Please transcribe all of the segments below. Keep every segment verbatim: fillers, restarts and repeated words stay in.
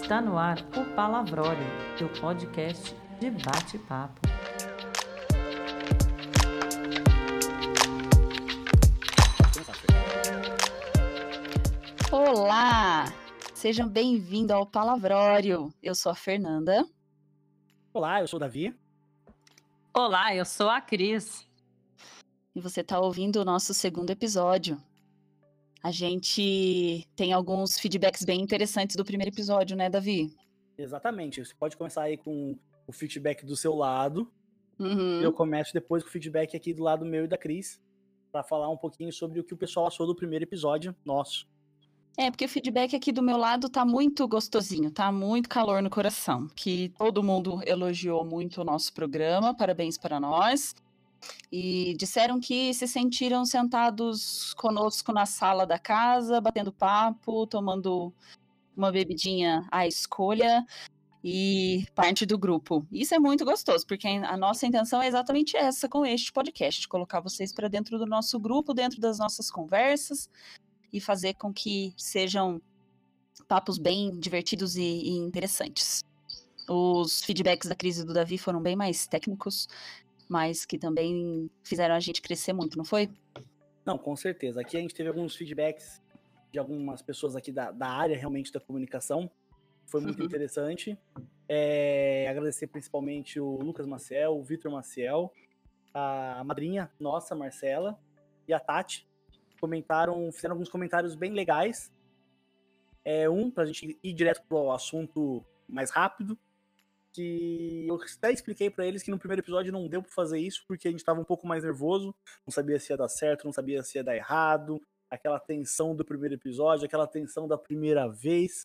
Está no ar o Palavrório, teu podcast de bate-papo. Olá! Sejam bem-vindos ao Palavrório. Eu sou a Fernanda. Olá, eu sou o Davi. Olá, eu sou a Cris. E você está ouvindo o nosso segundo episódio. A gente tem alguns feedbacks bem interessantes do primeiro episódio, né, Davi? Exatamente. Você pode começar aí com o feedback do seu lado. Uhum. Eu começo depois com o feedback aqui do lado meu e da Cris, para falar um pouquinho sobre o que o pessoal achou do primeiro episódio nosso. É, porque o feedback aqui do meu lado tá muito gostosinho, tá muito calor no coração. Que todo mundo elogiou muito o nosso programa, parabéns para nós. E disseram que se sentiram sentados conosco na sala da casa, batendo papo, tomando uma bebidinha à escolha e parte do grupo. Isso é muito gostoso, porque a nossa intenção é exatamente essa com este podcast, colocar vocês para dentro do nosso grupo, dentro das nossas conversas e fazer com que sejam papos bem divertidos e, e interessantes. Os feedbacks da Cris e do Davi foram bem mais técnicos, mas que também fizeram a gente crescer muito, não foi? Não, com certeza. Aqui a gente teve alguns feedbacks de algumas pessoas aqui da, da área realmente da comunicação. Foi muito uhum. interessante. É, agradecer principalmente o Lucas Maciel, o Vitor Maciel, a madrinha nossa, Marcela, e a Tati. Comentaram, fizeram alguns comentários bem legais. É, um, pra gente ir direto pro assunto mais rápido, que eu até expliquei pra eles que no primeiro episódio não deu pra fazer isso, porque a gente tava um pouco mais nervoso, não sabia se ia dar certo, não sabia se ia dar errado, aquela tensão do primeiro episódio, aquela tensão da primeira vez,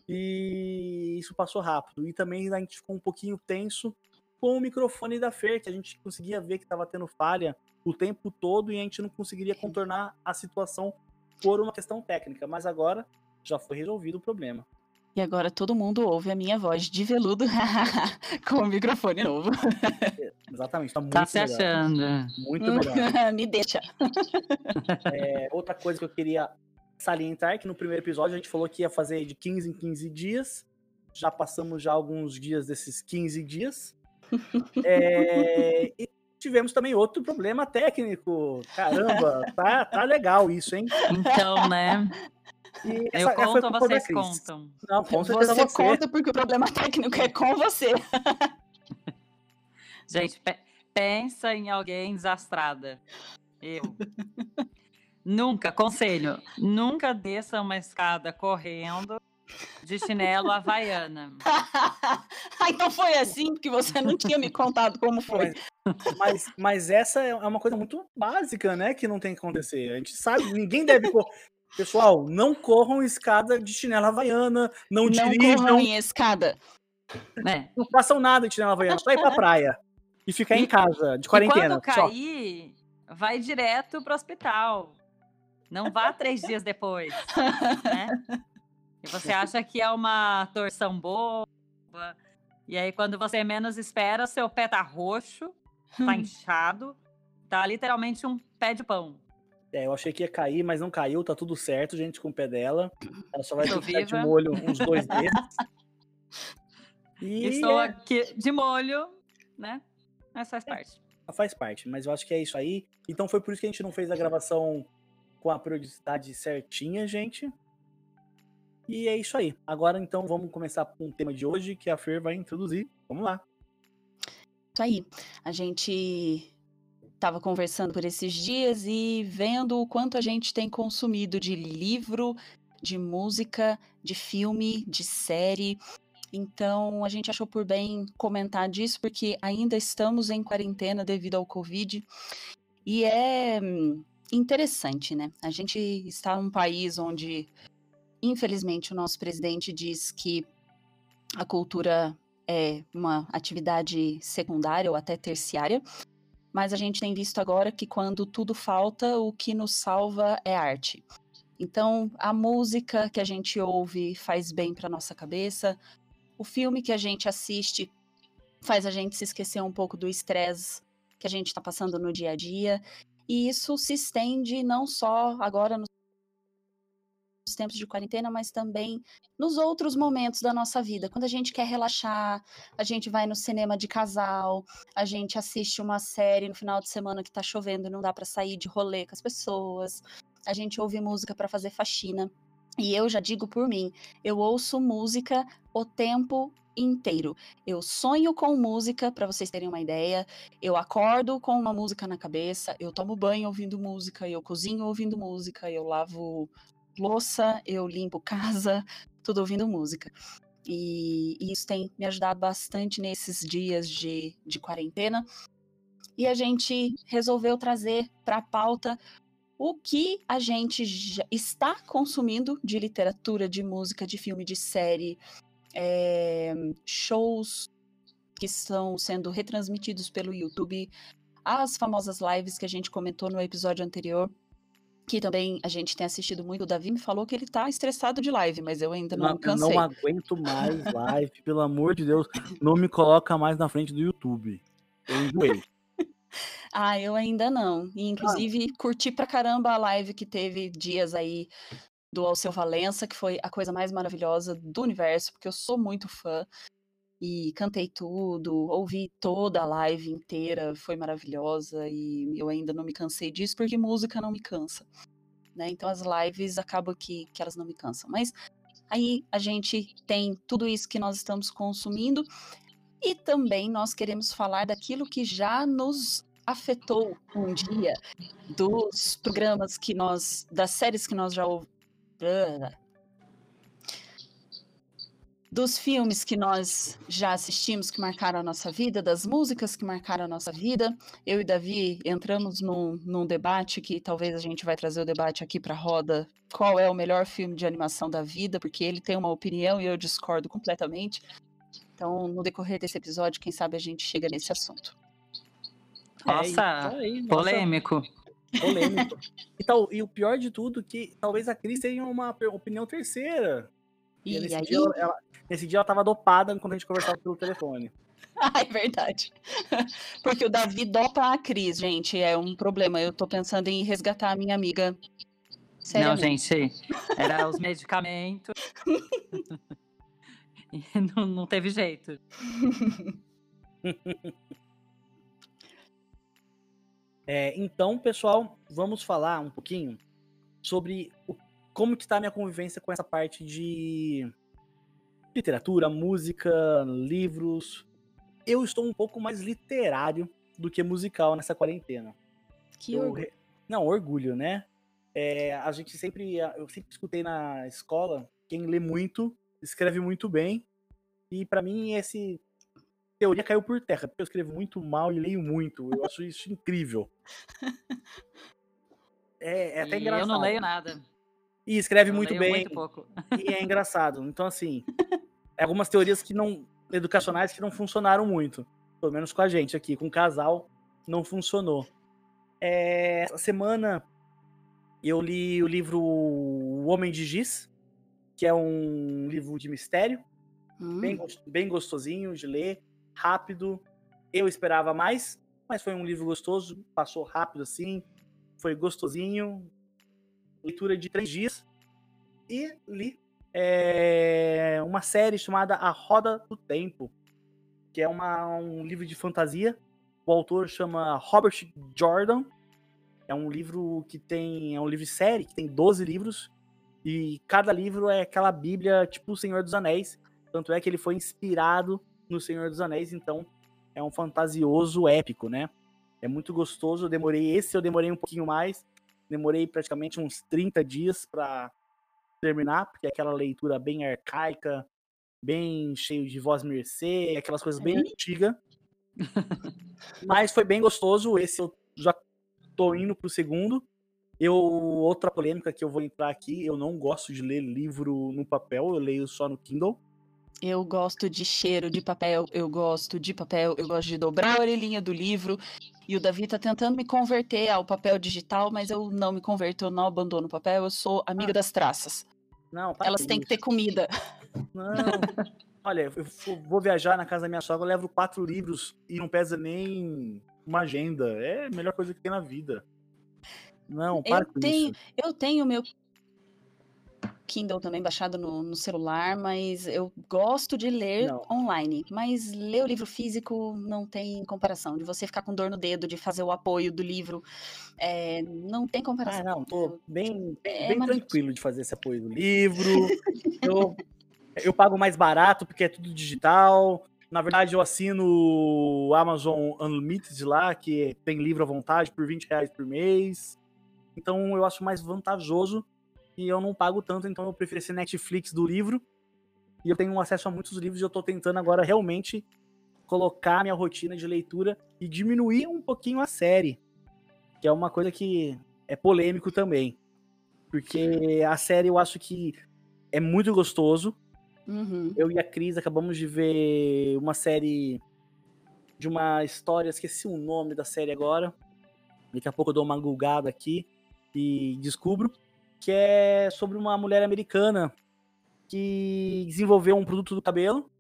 e isso passou rápido. E também a gente ficou um pouquinho tenso com o microfone da Fer, que a gente conseguia ver que tava tendo falha o tempo todo e a gente não conseguiria contornar a situação por uma questão técnica, mas agora já foi resolvido o problema. E agora todo mundo ouve a minha voz de veludo com o microfone novo. Exatamente, tá muito Tá se melhor. achando. Muito melhor. Me deixa. É, outra coisa que eu queria salientar, que no primeiro episódio a gente falou que ia fazer de quinze em quinze dias. Já passamos já alguns dias desses quinze dias. É, e tivemos também outro problema técnico. Caramba, tá, tá legal isso, hein? Então, né? E eu essa, conto ou vocês Cris. contam? Não, com certeza você, você conta porque o problema técnico é com você. Gente, pe- pensa em alguém desastrada. Eu. Nunca, conselho, nunca desça uma escada correndo de chinelo havaiana. Ah, então foi assim, porque você não tinha me contado como foi. Mas, mas, mas essa é uma coisa muito básica, né? Que não tem que acontecer. A gente sabe, ninguém deve... Pessoal, não corram escada de chinela havaiana, não, não dirijam... Não corram em escada. É. Não façam nada de chinela havaiana, só ir pra praia. E ficar e, em casa, de quarentena. E quando cair, só. Vai direto pro hospital. Não vá três dias depois, né? E você acha que é uma torção boba. E aí, quando você menos espera, seu pé tá roxo, tá inchado, tá literalmente um pé de pão. É, eu achei que ia cair, mas não caiu, tá tudo certo, gente, com o pé dela. Ela só vai Estou ficar viva. de molho uns dois meses. E Estou é... aqui de molho, né? Mas faz parte. É, faz parte, mas eu acho que é isso aí. Então foi por isso que a gente não fez a gravação com a periodicidade certinha, gente. E é isso aí. Agora, então, vamos começar com o tema de hoje, que a Fer vai introduzir. Vamos lá. Isso aí. A gente estava conversando por esses dias e vendo o quanto a gente tem consumido de livro, de música, de filme, de série. Então, a gente achou por bem comentar disso, porque ainda estamos em quarentena devido ao Covid. E é interessante, né? A gente está num país onde, infelizmente, o nosso presidente diz que a cultura é uma atividade secundária ou até terciária. Mas a gente tem visto agora que quando tudo falta, o que nos salva é arte. Então, a música que a gente ouve faz bem para nossa cabeça. O filme que a gente assiste faz a gente se esquecer um pouco do estresse que a gente está passando no dia a dia. E isso se estende não só agora nos nos tempos de quarentena, mas também nos outros momentos da nossa vida. Quando a gente quer relaxar, a gente vai no cinema de casal, a gente assiste uma série no final de semana que tá chovendo e não dá para sair de rolê com as pessoas, a gente ouve música para fazer faxina. E eu já digo por mim, eu ouço música o tempo inteiro. Eu sonho com música, para vocês terem uma ideia. Eu acordo com uma música na cabeça, eu tomo banho ouvindo música, eu cozinho ouvindo música, eu lavo louça, eu limpo casa, tudo ouvindo música. E, e isso tem me ajudado bastante nesses dias de, de quarentena. E a gente resolveu trazer para a pauta o que a gente já está consumindo de literatura, de música, de filme, de série, é, shows que estão sendo retransmitidos pelo YouTube, as famosas lives que a gente comentou no episódio anterior, que também a gente tem assistido muito. O Davi me falou que ele tá estressado de live, mas eu ainda não, Não, eu cansei. não aguento mais live, pelo amor de Deus, não me coloca mais na frente do YouTube. Eu enjoei. Ah, eu ainda não. E, inclusive, curti pra caramba a live que teve dias aí do Alceu Valença, que foi a coisa mais maravilhosa do universo, porque eu sou muito fã. E cantei tudo, ouvi toda a live inteira, foi maravilhosa. E eu ainda não me cansei disso, porque música não me cansa, né? Então as lives acabam que, que elas não me cansam. Mas aí a gente tem tudo isso que nós estamos consumindo. E também nós queremos falar daquilo que já nos afetou um dia, dos programas que nós, das séries que nós já ouvimos, dos filmes que nós já assistimos, que marcaram a nossa vida, das músicas que marcaram a nossa vida. Eu e Davi entramos num, num debate que talvez a gente vai trazer o debate aqui para a roda, qual é o melhor filme de animação da vida, porque ele tem uma opinião e eu discordo completamente. Então, no decorrer desse episódio, quem sabe a gente chega nesse assunto. Nossa, é, aí, polêmico. Nossa, polêmico. E, tal, e o pior de tudo, que talvez a Cris tenha uma opinião terceira. E, e nesse, aí... dia ela, ela, nesse dia ela tava dopada enquanto a gente conversava pelo telefone. Ah, é verdade. Porque o Davi dopa a Cris, gente, é um problema. Eu tô pensando em resgatar a minha amiga. Não, gente, era os medicamentos. E não, não teve jeito. É, então, pessoal, vamos falar um pouquinho sobre o, como que tá a minha convivência com essa parte de literatura, música, livros. Eu estou um pouco mais literário do que musical nessa quarentena. Que eu, orgulho. Não, orgulho, né? É, a gente sempre, eu sempre escutei na escola, quem lê muito, escreve muito bem. E pra mim, esse teoria caiu por terra, porque eu escrevo muito mal e leio muito. Eu acho isso incrível. É, é até e engraçado. Eu não leio nada. E escreve eu muito leio bem. Muito pouco. E é engraçado. Então, assim, algumas teorias que não, educacionais que não funcionaram muito. Pelo menos com a gente aqui, com o casal, não funcionou. É, essa semana eu li o livro O Homem de Giz, que é um livro de mistério, hum. bem, bem gostosinho de ler, rápido. Eu esperava mais, mas foi um livro gostoso, passou rápido assim, foi gostosinho. Leitura de três dias. E li é, uma série chamada A Roda do Tempo, que é uma, um livro de fantasia. O autor chama Robert Jordan. É um livro que tem. É um livro série que tem doze livros. E cada livro é aquela Bíblia, tipo o Senhor dos Anéis. Tanto é que ele foi inspirado no Senhor dos Anéis. Então é um fantasioso épico, né? É muito gostoso. Eu demorei. Esse eu demorei um pouquinho mais. Demorei praticamente uns trinta dias para terminar, porque é aquela leitura bem arcaica, bem cheio de voz mercê, aquelas coisas bem antigas. Mas foi bem gostoso. Esse eu já tô indo pro segundo. Eu, outra polêmica que eu vou entrar aqui, eu não gosto de ler livro no papel, eu leio só no Kindle. Eu gosto de cheiro de papel, eu gosto de papel, eu gosto de dobrar a orelhinha do livro. E o Davi tá tentando me converter ao papel digital, mas eu não me converto, eu não abandono o papel, eu sou amiga ah. das traças. Não, tá Elas têm que ter comida. Não. Olha, eu vou viajar na casa da minha sogra, eu levo quatro livros e não pesa nem uma agenda. É a melhor coisa que tem na vida. Não, para eu com tenho, isso. Eu tenho meu... Kindle também baixado no, no celular, mas eu gosto de ler Não. online. Mas ler o livro físico não tem comparação. De você ficar com dor no dedo, de fazer o apoio do livro, é, não tem Ah, comparação. não, tô bem, É bem maravilhoso. tranquilo de fazer esse apoio do livro. Eu, eu pago mais barato porque é tudo digital. Na verdade, eu assino o Amazon Unlimited lá, que tem livro à vontade por vinte reais por mês. Então eu acho mais vantajoso e eu não pago tanto, então eu prefiro esse Netflix do livro. E eu tenho acesso a muitos livros e eu tô tentando agora realmente colocar minha rotina de leitura e diminuir um pouquinho a série. Que é uma coisa que é polêmico também. Porque a série eu acho que é muito gostoso. Uhum. Eu e a Cris acabamos de ver uma série de uma história, esqueci o nome da série agora. Daqui a pouco eu dou uma googada aqui e descubro. Que é sobre uma mulher americana que desenvolveu um produto do cabelo.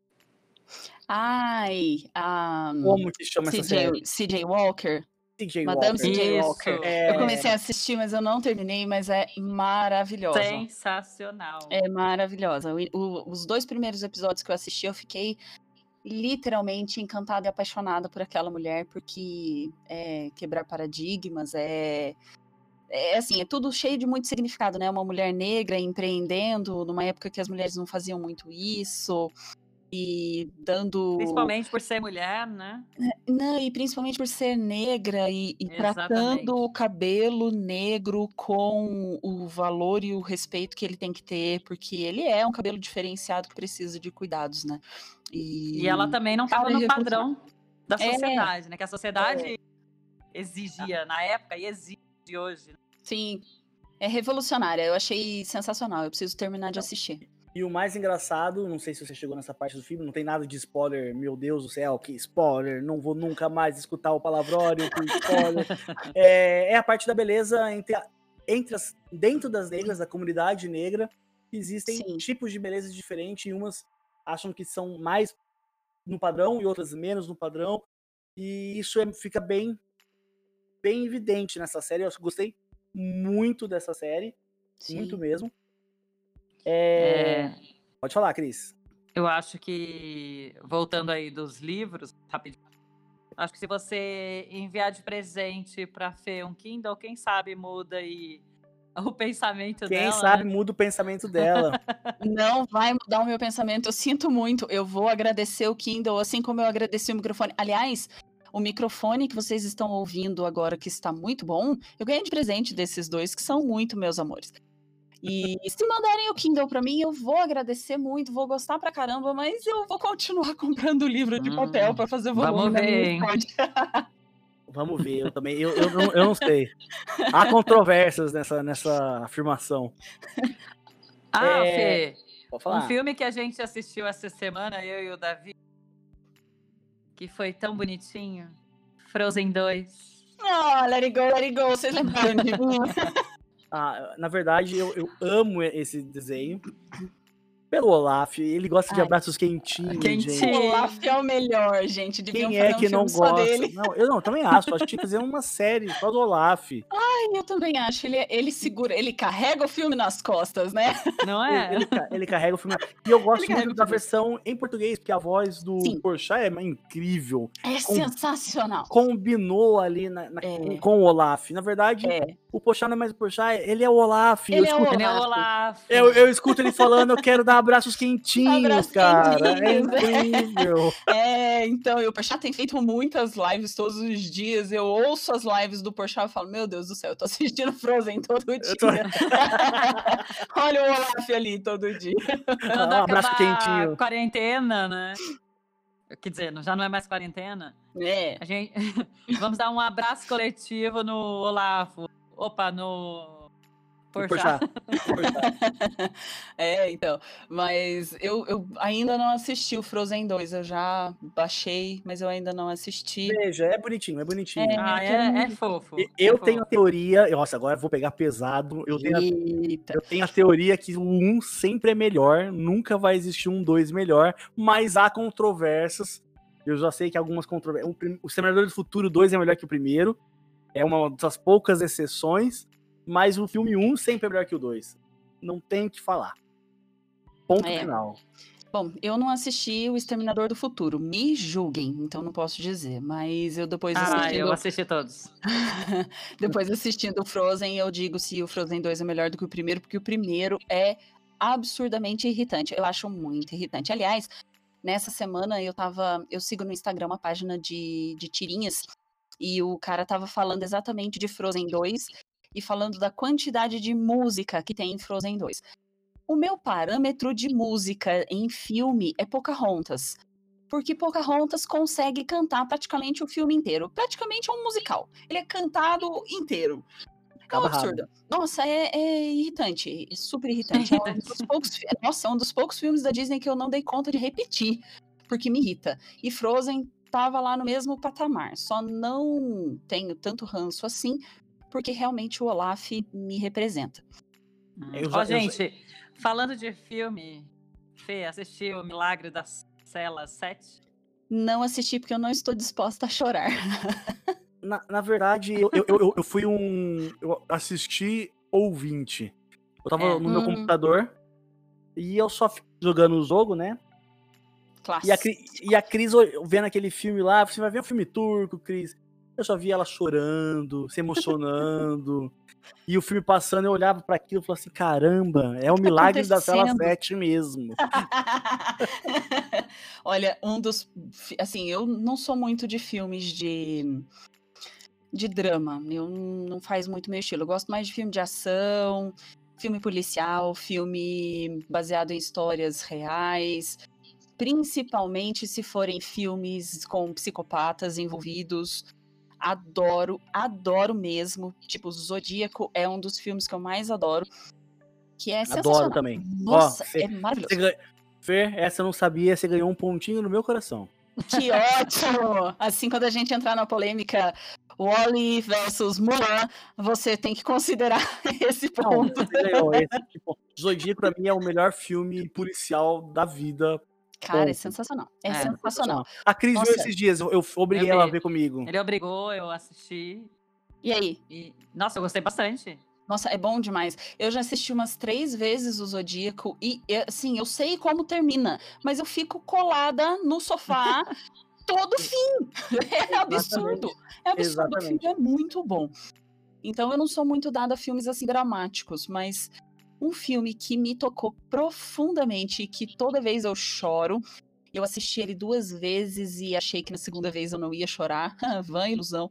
Ai, a Como que chama essa série? C J Walker. C J Madame Walker. C J Isso. Walker. É, Eu comecei a assistir, mas eu não terminei, mas é maravilhosa. Sensacional. É maravilhosa. O- o- os dois primeiros episódios que eu assisti, eu fiquei literalmente encantada e apaixonada por aquela mulher, porque é quebrar paradigmas, é, é assim, é tudo cheio de muito significado, né? Uma mulher negra empreendendo numa época que as mulheres não faziam muito isso. E dando. Principalmente por ser mulher, né? Não, e principalmente por ser negra e, e Exatamente. tratando o cabelo negro com o valor e o respeito que ele tem que ter, porque ele é um cabelo diferenciado que precisa de cuidados, né? E, E ela também não Cara, estava no é padrão da É. sociedade, né? Que a sociedade exigia na época e exige hoje. Sim, é revolucionária. Eu achei sensacional. Eu preciso terminar de assistir. E o mais engraçado, não sei se você chegou nessa parte do filme, não tem nada de spoiler, meu Deus do céu, que spoiler, não vou nunca mais escutar o palavrório por spoiler. é, é a parte da beleza entre, a- entre as, dentro das negras, da comunidade negra, existem Sim. tipos de beleza diferentes, e umas acham que são mais no padrão e outras menos no padrão, e isso é- fica bem, bem evidente nessa série. Eu gostei muito dessa série, Sim. muito mesmo. É, Pode falar, Cris. eu acho que, voltando aí dos livros, rapidinho, acho que se você enviar de presente pra Fê um Kindle, quem sabe muda aí o pensamento Quem dela, sabe né? muda o pensamento dela. Não vai mudar o meu pensamento, eu sinto muito. Eu vou agradecer o Kindle, assim como eu agradeci o microfone. Aliás, o microfone que vocês estão ouvindo agora, que está muito bom, eu ganhei de presente desses dois, que são muito meus amores. E se mandarem o Kindle pra mim, eu vou agradecer muito, vou gostar pra caramba, mas eu vou continuar comprando livro de Hum, papel pra fazer volume vamos na minha ver, hein? estante. Vamos ver, eu também. Eu, eu, não, eu não sei. Há controvérsias nessa, nessa afirmação. Ah, É, Fê, Pode um falar. filme que a gente assistiu essa semana, eu e o Davi, que foi tão bonitinho, Frozen dois. Ah, let it go, let it go, vocês lembraram de mim? Ah, na verdade, eu, eu amo esse desenho. Pelo Olaf, ele gosta de Ai. abraços quentinhos, Quentinho. gente. O Olaf é o melhor, gente. Deviam Quem fazer é um que não filme só gosta? dele. Não, eu não, também acho. Acho que tinha que fazer uma série só do Olaf. Eu também acho. Ele, ele segura, ele carrega o filme nas costas, né? Não Ele, é? ele ca- ele carrega o filme. E eu gosto Ele carrega muito o da filme. versão em português, porque a voz do Sim. Porchat é incrível. É Com- sensacional. Combinou ali na- na- É. com o Olaf. Na verdade, É. o Porchat não é mais o Porchat, ele é o Olaf. Eu Ele é o escuto, Ele é o Olaf. Olaf. eu, eu escuto ele falando, eu quero dar abraços quentinhos, Abraços cara. É quentinhos, é. incrível. É, então, e o Porchat tem feito muitas lives todos os dias. Eu ouço as lives do Porchat e falo, meu Deus do céu, eu tô assistindo Frozen todo dia. tô- Olha o Olaf ali todo dia. Quando Um abraço acabar quentinho. a quarentena, né? Quer dizer, já não é mais quarentena. É. A gente vamos dar um abraço coletivo no Olaf. Opa, no O Porchat. Porchat. É, então. Mas eu, eu ainda não assisti o Frozen dois. Eu já baixei, mas eu ainda não assisti. Veja, é bonitinho, é bonitinho. É. Ah, é, é fofo. E- Eu é tenho a fofo. teoria. Nossa, agora eu vou pegar pesado. Eu tenho, a, Eita. eu tenho a teoria que o um sempre é melhor. Nunca vai existir um dois melhor. Mas há controvérsias. Eu já sei que algumas controvérsias. O, prim- o Semeador do Futuro dois é melhor que o primeiro. É uma das poucas exceções. Mas o filme um sempre é melhor que o dois. não tem o que falar. Ponto É. final. Bom, eu não assisti O Exterminador do Futuro, me julguem, então não posso dizer, mas eu depois Ah, assistindo, eu assisti todos. depois assistindo o Frozen, eu digo se o Frozen dois é melhor do que o primeiro, porque o primeiro é absurdamente irritante, eu acho muito irritante. Aliás, nessa semana eu tava, eu sigo no Instagram uma página de, de tirinhas, e o cara tava falando exatamente de Frozen dois, e falando da quantidade de música que tem em Frozen dois. O meu parâmetro de música em filme é Pocahontas. Porque Pocahontas consegue cantar praticamente o filme inteiro. Praticamente é um musical. Ele é cantado inteiro. É um Acaba absurdo. rápido. Nossa, é, é irritante. É super irritante. É um dos poucos, fi- nossa, é um dos poucos filmes da Disney que eu não dei conta de repetir. Porque me irrita. E Frozen tava lá no mesmo patamar. Só não tenho tanto ranço assim, porque realmente o Olaf me representa. Hum. Eu Ó, já- eu já- gente, falando de filme, Fê, assistiu O Milagre da Cela sete? Não assisti porque eu não estou disposta a chorar. Na, na verdade, eu, eu, eu, eu fui um. Eu assisti ouvinte. Eu tava É. no meu Hum. computador e eu só fico jogando o jogo, né? E a, Classe. Cri- e a Cris ol- vendo aquele filme lá, você vai ver um filme turco, Cris. Eu só via ela chorando, se emocionando. E o filme passando, eu olhava pra aquilo e falava assim: caramba, é o tá milagre da Cela acontecendo? sete mesmo. Olha, um dos. fi- Assim, eu não sou muito de filmes de, de drama. Eu não faz muito meu estilo. Eu gosto mais de filme de ação, filme policial, filme baseado em histórias reais. Principalmente se forem filmes com psicopatas envolvidos. Adoro, adoro mesmo. Tipo, Zodíaco é um dos filmes que eu mais adoro. Que é Adoro sensacional. também. Nossa, Ó, Fê, é maravilhoso. você ganha- Fer, essa eu não sabia, você ganhou um pontinho no meu coração. Que ótimo! Assim, quando a gente entrar na polêmica Wall-E versus Mulan, você tem que considerar esse Não, ponto. você ganhou. Esse, tipo, Zodíaco pra mim é o melhor filme policial da vida. Cara, é Ponto. sensacional. É, É. sensacional. A Cris viu Nossa. esses dias, eu, eu obriguei Eu ela a vi. ver comigo. Ele obrigou, eu assisti. E aí? E, nossa, eu gostei bastante. Nossa, é bom demais. Eu já assisti umas três vezes o Zodíaco e, e, assim, eu sei como termina, mas eu fico colada no sofá todo fim. É absurdo. É absurdo. O filme Exatamente. é muito bom. Então eu não sou muito dada a filmes assim dramáticos, mas um filme que me tocou profundamente e que toda vez eu choro. Eu assisti ele duas vezes e achei que na segunda vez eu não ia chorar. Vã ilusão.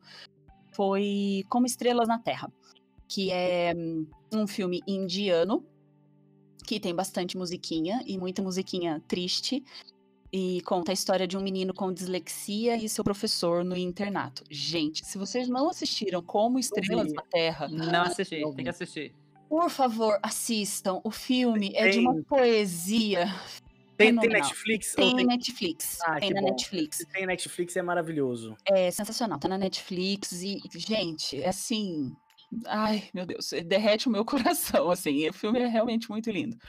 Foi Como Estrelas na Terra, que é um filme indiano que tem bastante musiquinha e muita musiquinha triste. E conta a história de um menino com dislexia e seu professor no internato. Gente, se vocês não assistiram Como Estrelas vi. na Terra, Não assisti, Não tem vi. que assistir. por favor, assistam. O filme é de uma Tem- poesia Tem, tem fenomenal. Netflix? Tem Ou tem... Netflix. Ah, tem que na bom. Netflix. Se tem Netflix é maravilhoso. É sensacional. Tá na Netflix e, gente, é assim. Ai, meu Deus, derrete o meu coração, assim. O filme é realmente muito lindo.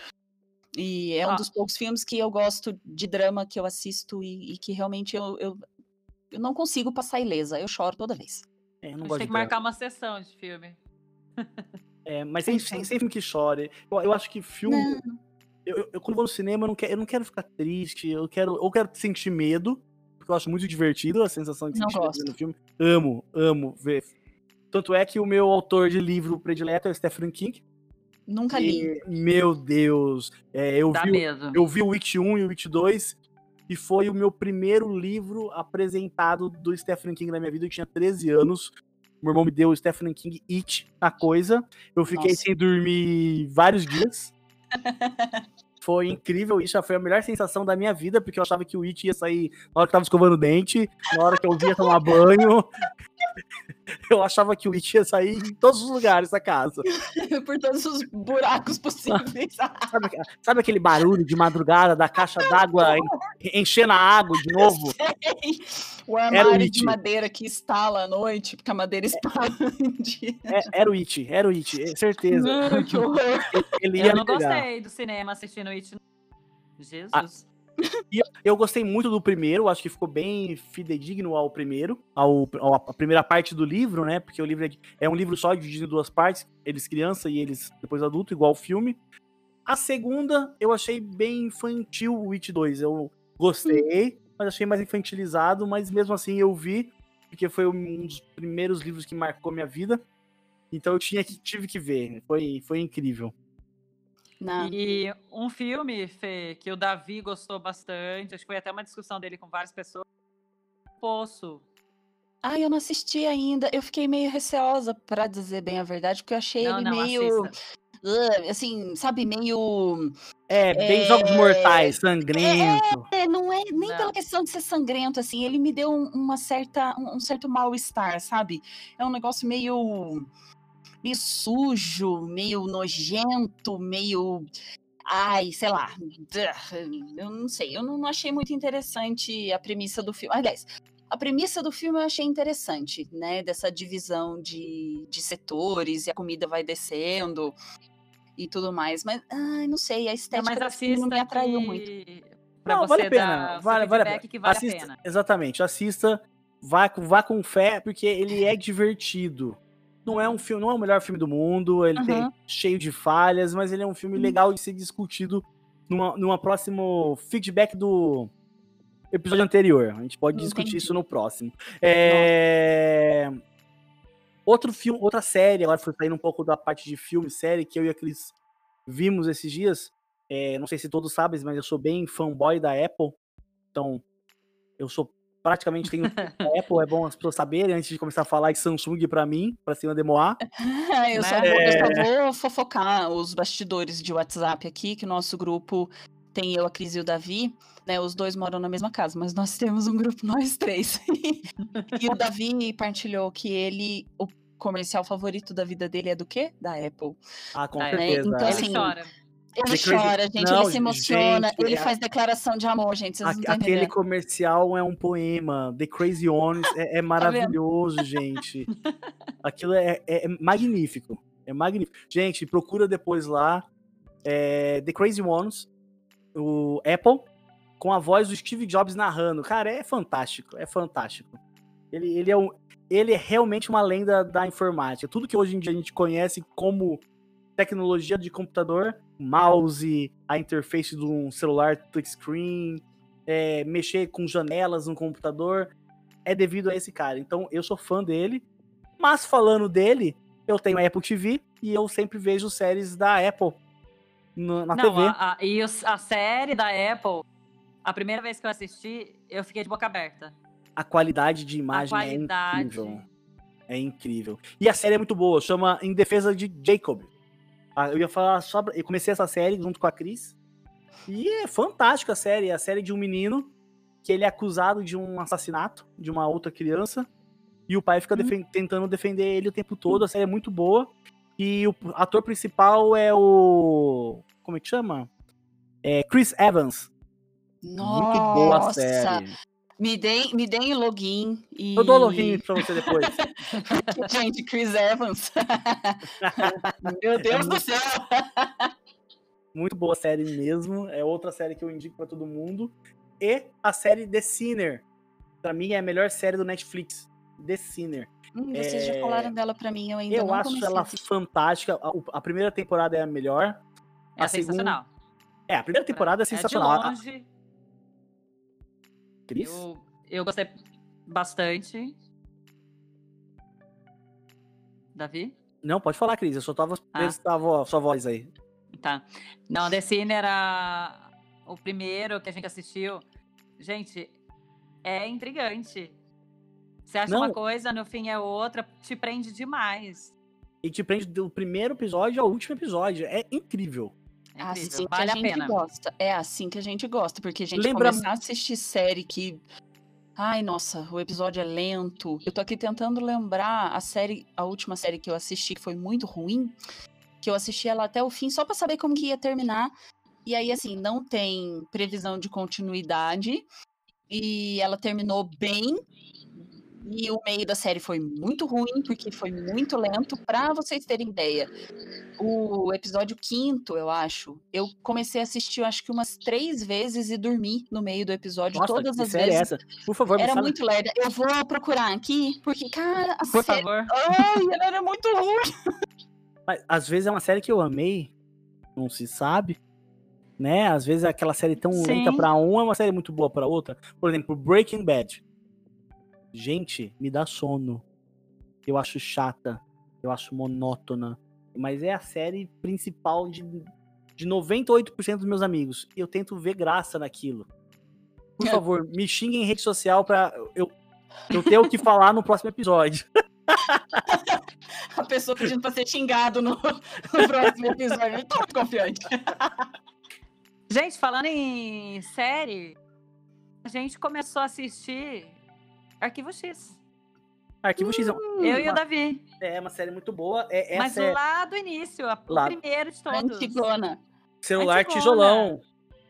E é um Ó. dos poucos filmes que eu gosto de drama que eu assisto e, e que realmente eu, eu, eu não consigo passar ilesa. Eu choro toda vez. É, eu A não gente gosto tem de que drama. marcar uma sessão de filme. É, mas sem, Então. sem, sem filme que chore. Eu, eu acho que filme. Não. Eu, eu, eu, quando vou no cinema, eu não, quero, eu não quero ficar triste. Eu quero, eu quero sentir medo. Porque eu acho muito divertido a sensação de Não sentir medo gosto. no filme. Amo, amo ver. Tanto é que o meu autor de livro predileto é o Stephen King. Nunca li. E, meu Deus. É, eu, Dá vi, medo. eu vi o It um e o It dois. E foi o meu primeiro livro apresentado do Stephen King na minha vida. Eu tinha treze anos. Meu irmão me deu o Stephen King It, a coisa. Eu fiquei Nossa. sem dormir vários dias. Foi incrível, isso foi a melhor sensação da minha vida, porque eu achava que o It ia sair na hora que eu tava escovando o dente, na hora que eu ia tomar banho. Eu achava que o It ia sair em todos os lugares da casa. Por todos os buracos possíveis. Sabe, sabe aquele barulho de madrugada da caixa d'água en- enchendo a água de novo? O Era o armário It. de madeira que estala à noite, porque a madeira expande. É, era o It, era o It, é certeza. Ai, que horror. Ele ia Eu não me pegar. gostei do cinema assistindo It. Jesus. Ah. E eu- eu gostei muito do primeiro, acho que ficou bem fidedigno ao primeiro, ao, ao- a primeira parte do livro, né? Porque o livro é, de- é um livro só dividido em duas partes, eles criança e eles depois adulto, igual o filme. A segunda, eu achei bem infantil o It dois. Eu gostei, hum. mas achei mais infantilizado, mas mesmo assim eu vi, porque foi um dos primeiros livros que marcou minha vida. Então eu tinha que, tive que ver. Foi, foi incrível. Não. E um filme, Fê, que o Davi gostou bastante, acho que foi até uma discussão dele com várias pessoas, Poço. Ah, eu não assisti ainda. Eu fiquei meio receosa, pra dizer bem a verdade, porque eu achei não, ele não, meio... assista. Assim, sabe, meio... É, bem é... Jogos Mortais, sangrento. É, não é nem não. pela questão de ser sangrento, assim, ele me deu uma certa, um, um certo mal-estar, sabe? É um negócio meio... meio sujo, meio nojento, meio... Ai, sei lá. Eu não sei, eu não achei muito interessante a premissa do filme. Aliás, a premissa do filme eu achei interessante, né? Dessa divisão de, de setores e a comida vai descendo e tudo mais. Mas, ai, não sei, a estética não, do filme não me atraiu que... muito. Pra não, você vale a pena. Vale, vale a pena. Que vale assista, a pena. Exatamente, assista, vá, vá com fé, porque ele é divertido. Não é um filme, não é o melhor filme do mundo, ele uhum. tem cheio de falhas, mas ele é um filme uhum. legal de ser discutido numa, numa próximo feedback do episódio anterior. A gente pode Entendi. discutir isso no próximo. É... Outro filme, outra série, agora foi saindo um pouco da parte de filme e série, que eu e a Cris vimos esses dias. É, não sei se todos sabem, mas eu sou bem fanboy da Apple. Então, eu sou praticamente tenho Apple, é bom as pessoas saberem antes de começar a falar de Samsung pra mim, pra cima demoar. eu, só vou, é... eu só vou fofocar os bastidores de WhatsApp aqui, que o nosso grupo tem eu, a Cris e o Davi, né? Os dois moram na mesma casa, mas nós temos um grupo, nós três. E o Davi partilhou que ele, o comercial favorito da vida dele é do quê? Da Apple. Ah, com né? certeza. Então, ele assim, chora. Ele chora, gente, não, ele se emociona, gente, ele é... faz declaração de amor, gente, vocês não estão Aquele entendendo. comercial é um poema, The Crazy Ones, é, é maravilhoso, gente. Aquilo é, é, é magnífico, é magnífico. Gente, procura depois lá, é, The Crazy Ones, o Apple, com a voz do Steve Jobs narrando. Cara, é fantástico, é fantástico. Ele, ele, é, um, ele é realmente uma lenda da informática. Tudo que hoje em dia a gente conhece como tecnologia de computador, mouse, a interface de um celular touchscreen, é, mexer com janelas no computador, é devido a esse cara. Então, eu sou fã dele, mas falando dele, eu tenho a Apple T V e eu sempre vejo séries da Apple na, na Não, T V. A, a, e a série da Apple, a primeira vez que eu assisti, eu fiquei de boca aberta. A qualidade de imagem a qualidade... é incrível. É incrível. E a série é muito boa, chama Em Defesa de Jacob. Eu ia falar só. Eu comecei essa série junto com a Cris. E é fantástica a série. É a série de um menino que ele é acusado de um assassinato de uma outra criança. E o pai fica hum. defen- tentando defender ele o tempo todo. A série é muito boa. E o ator principal é o. Como é que chama? É Chris Evans. Nossa. Muito boa a série. Me deem, me deem login e... Eu dou login pra você depois. Gente, Chris Evans. Meu Deus é do céu. Muito boa série mesmo. É outra série que eu indico pra todo mundo. E a série The Sinner. Pra mim é a melhor série do Netflix. The Sinner. Hum, vocês é... já falaram dela pra mim, eu ainda eu não acho ela fantástica. A, a primeira temporada é a melhor. É a sensacional. Segunda... É, a primeira temporada é sensacional. É de longe... Cris? Eu, eu gostei bastante. Davi? Não, pode falar, Cris. Eu só tava prestando ah. a sua voz aí. Tá. Não, The Sinner era o primeiro que a gente assistiu. Gente, é intrigante. Você acha Não. uma coisa, no fim é outra, te prende demais. E te prende do primeiro episódio ao último episódio. É incrível. É assim vale que a, a gente pena. gosta. É assim que a gente gosta, porque a gente Lembra... começar a assistir série que... Ai, nossa, o episódio é lento. Eu tô aqui tentando lembrar a série, a última série que eu assisti, que foi muito ruim, que eu assisti ela até o fim, só pra saber como que ia terminar. E aí, assim, não tem previsão de continuidade. E ela terminou bem. E o meio da série foi muito ruim, porque foi muito lento. Pra vocês terem ideia, o episódio quinto, eu acho, eu comecei a assistir, eu acho que umas três vezes e dormi no meio do episódio. Nossa, todas que as série vezes. É essa? Por favor, era me muito lerda. Eu vou procurar aqui, porque, cara, a Por série... favor. Ai, ela era muito ruim. Mas, às vezes é uma série que eu amei, não se sabe, né? Às vezes aquela série tão Sim. lenta pra um é uma série muito boa pra outra. Por exemplo, Breaking Bad. Gente, me dá sono. Eu acho chata, eu acho monótona, mas é a série principal de, de noventa e oito por cento dos meus amigos. Eu tento ver graça naquilo. Por favor, me xinguem em rede social pra eu, eu ter o que falar no próximo episódio. A pessoa pedindo pra ser xingado no, no próximo episódio. Eu tô muito confiante. Gente, falando em série, a gente começou a assistir Arquivo X. Arquivo X é um- Eu e o uma, Davi. é uma série muito boa. É, Mas essa é lá do início, a- o Lá- primeiro de todos. Antigona. celular Antigona. tijolão.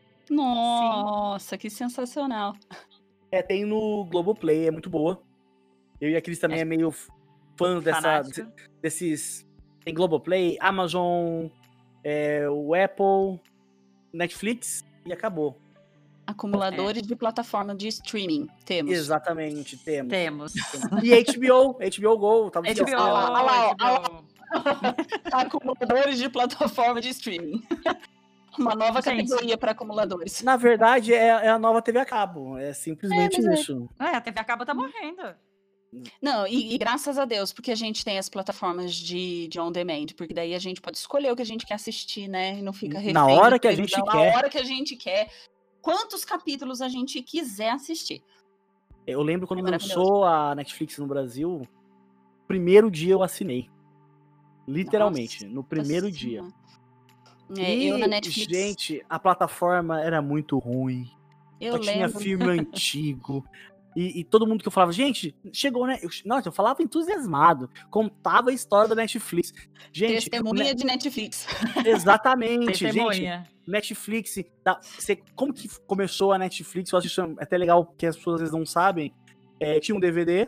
Nossa, que sensacional. É, tem no Globoplay, é muito boa. Eu e a Cris também é, meio f- fã dessa, Fanático. desses... Tem Globoplay, Amazon, é, o Apple, Netflix e acabou. Acumuladores de plataforma de streaming. Temos. Exatamente, temos. Temos. E H B O, H B O Go. Tava H B O, Olha lá, olha lá, H B O. Acumuladores de plataforma de streaming. Uma nova Gente. categoria para acumuladores. Na verdade, é, é a nova T V a cabo. É simplesmente É, mas é. isso. É, a T V a cabo tá morrendo. Não, e, e graças a Deus, porque a gente tem as plataformas de, de on-demand, porque daí a gente pode escolher o que a gente quer assistir, né? E não fica refém Na hora de que a televisão, gente quer. Na hora que a gente quer. Quantos capítulos a gente quiser assistir. Eu lembro quando É maravilhoso. lançou a Netflix no Brasil, primeiro dia eu assinei. Literalmente, no primeiro Nossa dia. Senhora. É, E, eu na Netflix, gente, a plataforma era muito ruim. eu Só tinha lembro. filme antigo. E, e todo mundo que eu falava, gente, chegou, né? Eu, nossa, eu falava entusiasmado. Contava a história da Netflix. Gente, Testemunha né, de Netflix. exatamente, gente. Testemunha. Netflix, da- cê- como que começou a Netflix? Eu acho isso até legal, porque as pessoas às vezes não sabem. É, tinha um D V D,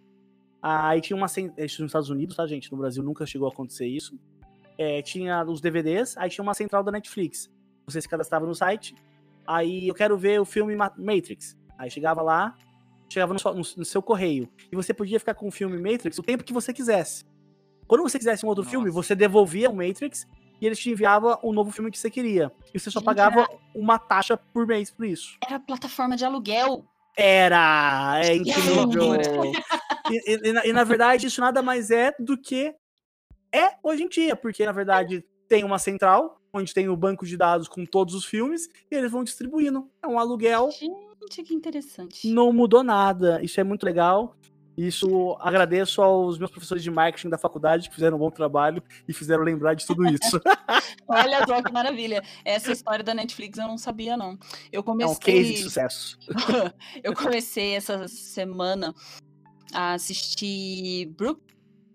aí tinha uma... cen- Isso nos Estados Unidos, tá, gente? No Brasil nunca chegou a acontecer isso. É, tinha os D V Ds, aí tinha uma central da Netflix. Você se cadastrava no site, aí eu quero ver o filme Ma- Matrix. Aí chegava lá, chegava no, so- no- no seu correio, e você podia ficar com o filme Matrix o tempo que você quisesse. Quando você quisesse um outro Nossa. filme, você devolvia o Matrix e eles te enviavam o novo filme que você queria. E você só Gente, pagava uma taxa por mês por isso. Era plataforma de aluguel. Era! É Que incrível! loucura. E, e- e na, e, na verdade, isso nada mais é do que é hoje em dia, porque na verdade tem uma central, onde tem o banco de dados com todos os filmes, e eles vão distribuindo. É um aluguel, Gente, que interessante. não mudou nada. Isso é muito legal. Isso agradeço aos meus professores de marketing da faculdade que fizeram um bom trabalho e fizeram lembrar de tudo isso. Olha só que maravilha. Essa história da Netflix eu não sabia, não. Eu É comecei. um case de sucesso. Eu comecei essa semana a assistir Brooklyn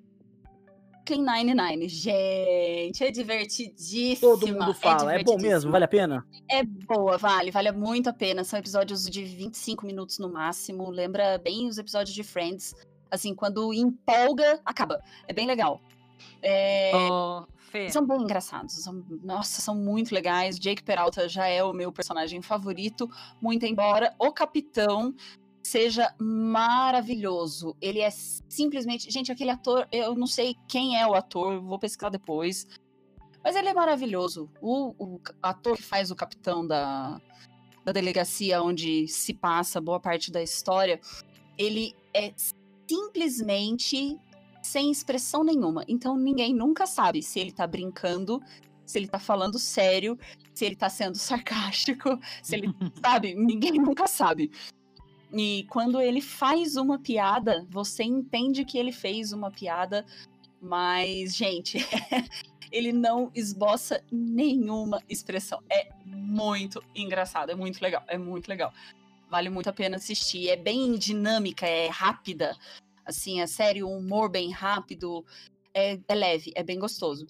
Nine-Nine. Gente, é divertidíssima. Todo mundo fala. É, bom mesmo? Vale a pena? É boa, vale. Vale muito a pena. São episódios de vinte e cinco minutos no máximo. Lembra bem os episódios de Friends. Assim, quando empolga, acaba. É bem legal. É, Ô, Fê, São bem engraçados. São- nossa, são muito legais. Jake Peralta já é o meu personagem favorito. Muito embora o Capitão seja maravilhoso. Ele é simplesmente... Gente, aquele ator... Eu não sei quem é o ator. Vou pesquisar depois. Mas ele é maravilhoso. O, o ator que faz o Capitão da, da delegacia onde se passa boa parte da história, ele é simplesmente sem expressão nenhuma. Então ninguém nunca sabe se ele tá brincando, se ele tá falando sério, se ele tá sendo sarcástico, se ele, sabe? Ninguém nunca sabe. E quando ele faz uma piada, você entende que ele fez uma piada, mas, gente, ele não esboça nenhuma expressão. É muito engraçado, é muito legal, é muito legal. Vale muito a pena assistir. É bem dinâmica, é rápida. Assim, é sério, um humor bem rápido. É, é leve, é bem gostoso.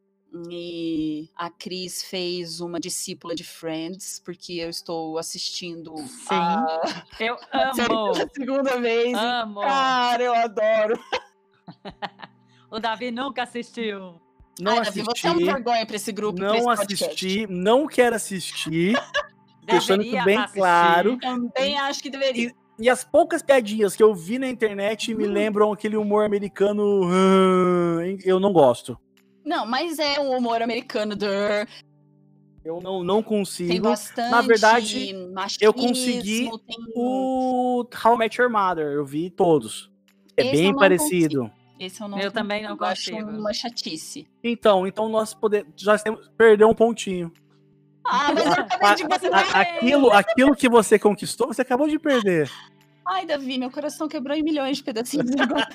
E a Cris fez uma discípula de Friends, porque eu estou assistindo sim. a Eu série amo. pela segunda vez. Amo. Cara, eu adoro. O Davi nunca assistiu. Não Ai, Davi, você é um assisti. vergonha pra esse grupo, pra Não esse podcast. assisti. Não quero assistir. Deixando Deveria isso bem assistir. claro. Também acho que deveria. E as poucas piadinhas que eu vi na internet me lembram aquele humor americano. ah, Eu não gosto. Não, mas é um humor americano. Dur. Eu não, não consigo. Tem bastante Na verdade, machismo, eu consegui tem... o How I Met Your Mother. Eu vi todos. É Esse eu bem não parecido. consigo. Esse eu não Eu também não consigo, acho consigo. uma chatice. Então, então nós podemos, já temos, perdeu um pontinho. Ah, mas eu acabei de A- bater. a- aquilo, aquilo que você conquistou, você acabou de perder. Ai, Davi, meu coração quebrou em milhões de pedacinhos agora.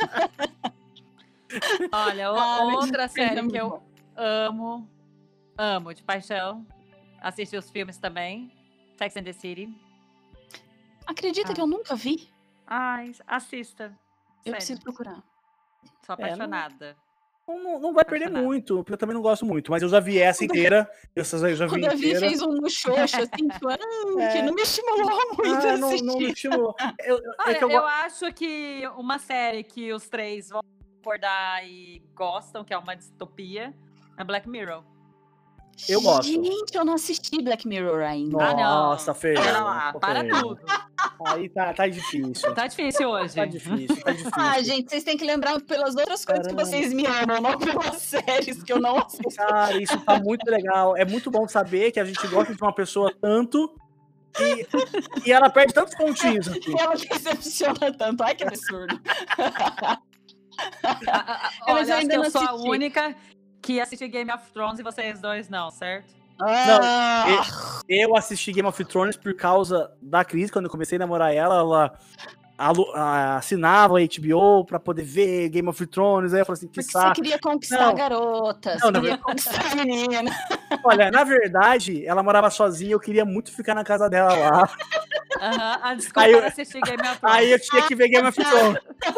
Olha, o- Ah, mas outra série perdão, que eu irmão. amo, amo de paixão. Assisti os filmes também. Sex and the City. Acredita Ah. que eu nunca vi? Ai, assista. Eu Sério, preciso procurar. sou É, não- apaixonada. Não, não- não vai perder Apaixonada. muito, porque eu também não gosto muito. Mas eu já vi essa inteira. Essas aí eu já O vi Davi inteira. fez um muxoxo, assim, tipo, hum, É. que não me estimulou muito Ah, a não, assistir. não me estimulou. Eu, eu- é Olha, que eu eu, go- acho que uma série que os três vão concordar e gostam, que é uma distopia, é Black Mirror. Eu gosto. Gente, eu não assisti Black Mirror ainda. Ah, não. Nossa, Fer. Pera lá, para Fer. tudo. Aí tá, tá difícil. Tá difícil hoje. Tá difícil, tá difícil. Ah, gente, vocês têm que lembrar pelas outras coisas Caramba. que vocês me amam, não pelas séries que eu não assisto. Cara, isso tá muito legal. É muito bom saber que a gente gosta de uma pessoa tanto e, e ela perde tantos pontinhos aqui. E ela decepciona tanto. Ai, que absurdo. Ah, ah, É, Olha, mas eu acho ainda que eu não sou a assisti. única que assistiu Game of Thrones e vocês dois não, certo? Ah, Eu assisti Game of Thrones por causa da Cris, quando eu comecei a namorar ela, ela alu- a- assinava a H B O pra poder ver Game of Thrones, aí eu falei assim, que porque você saco. queria conquistar Não. a garota, Não, você na queria conquistar a menina. Olha, na verdade, ela morava sozinha, eu queria muito ficar na casa dela lá. Aham, a desculpa Aí eu- era assistir Game of Thrones. Aí eu tinha que ver Game of Thrones.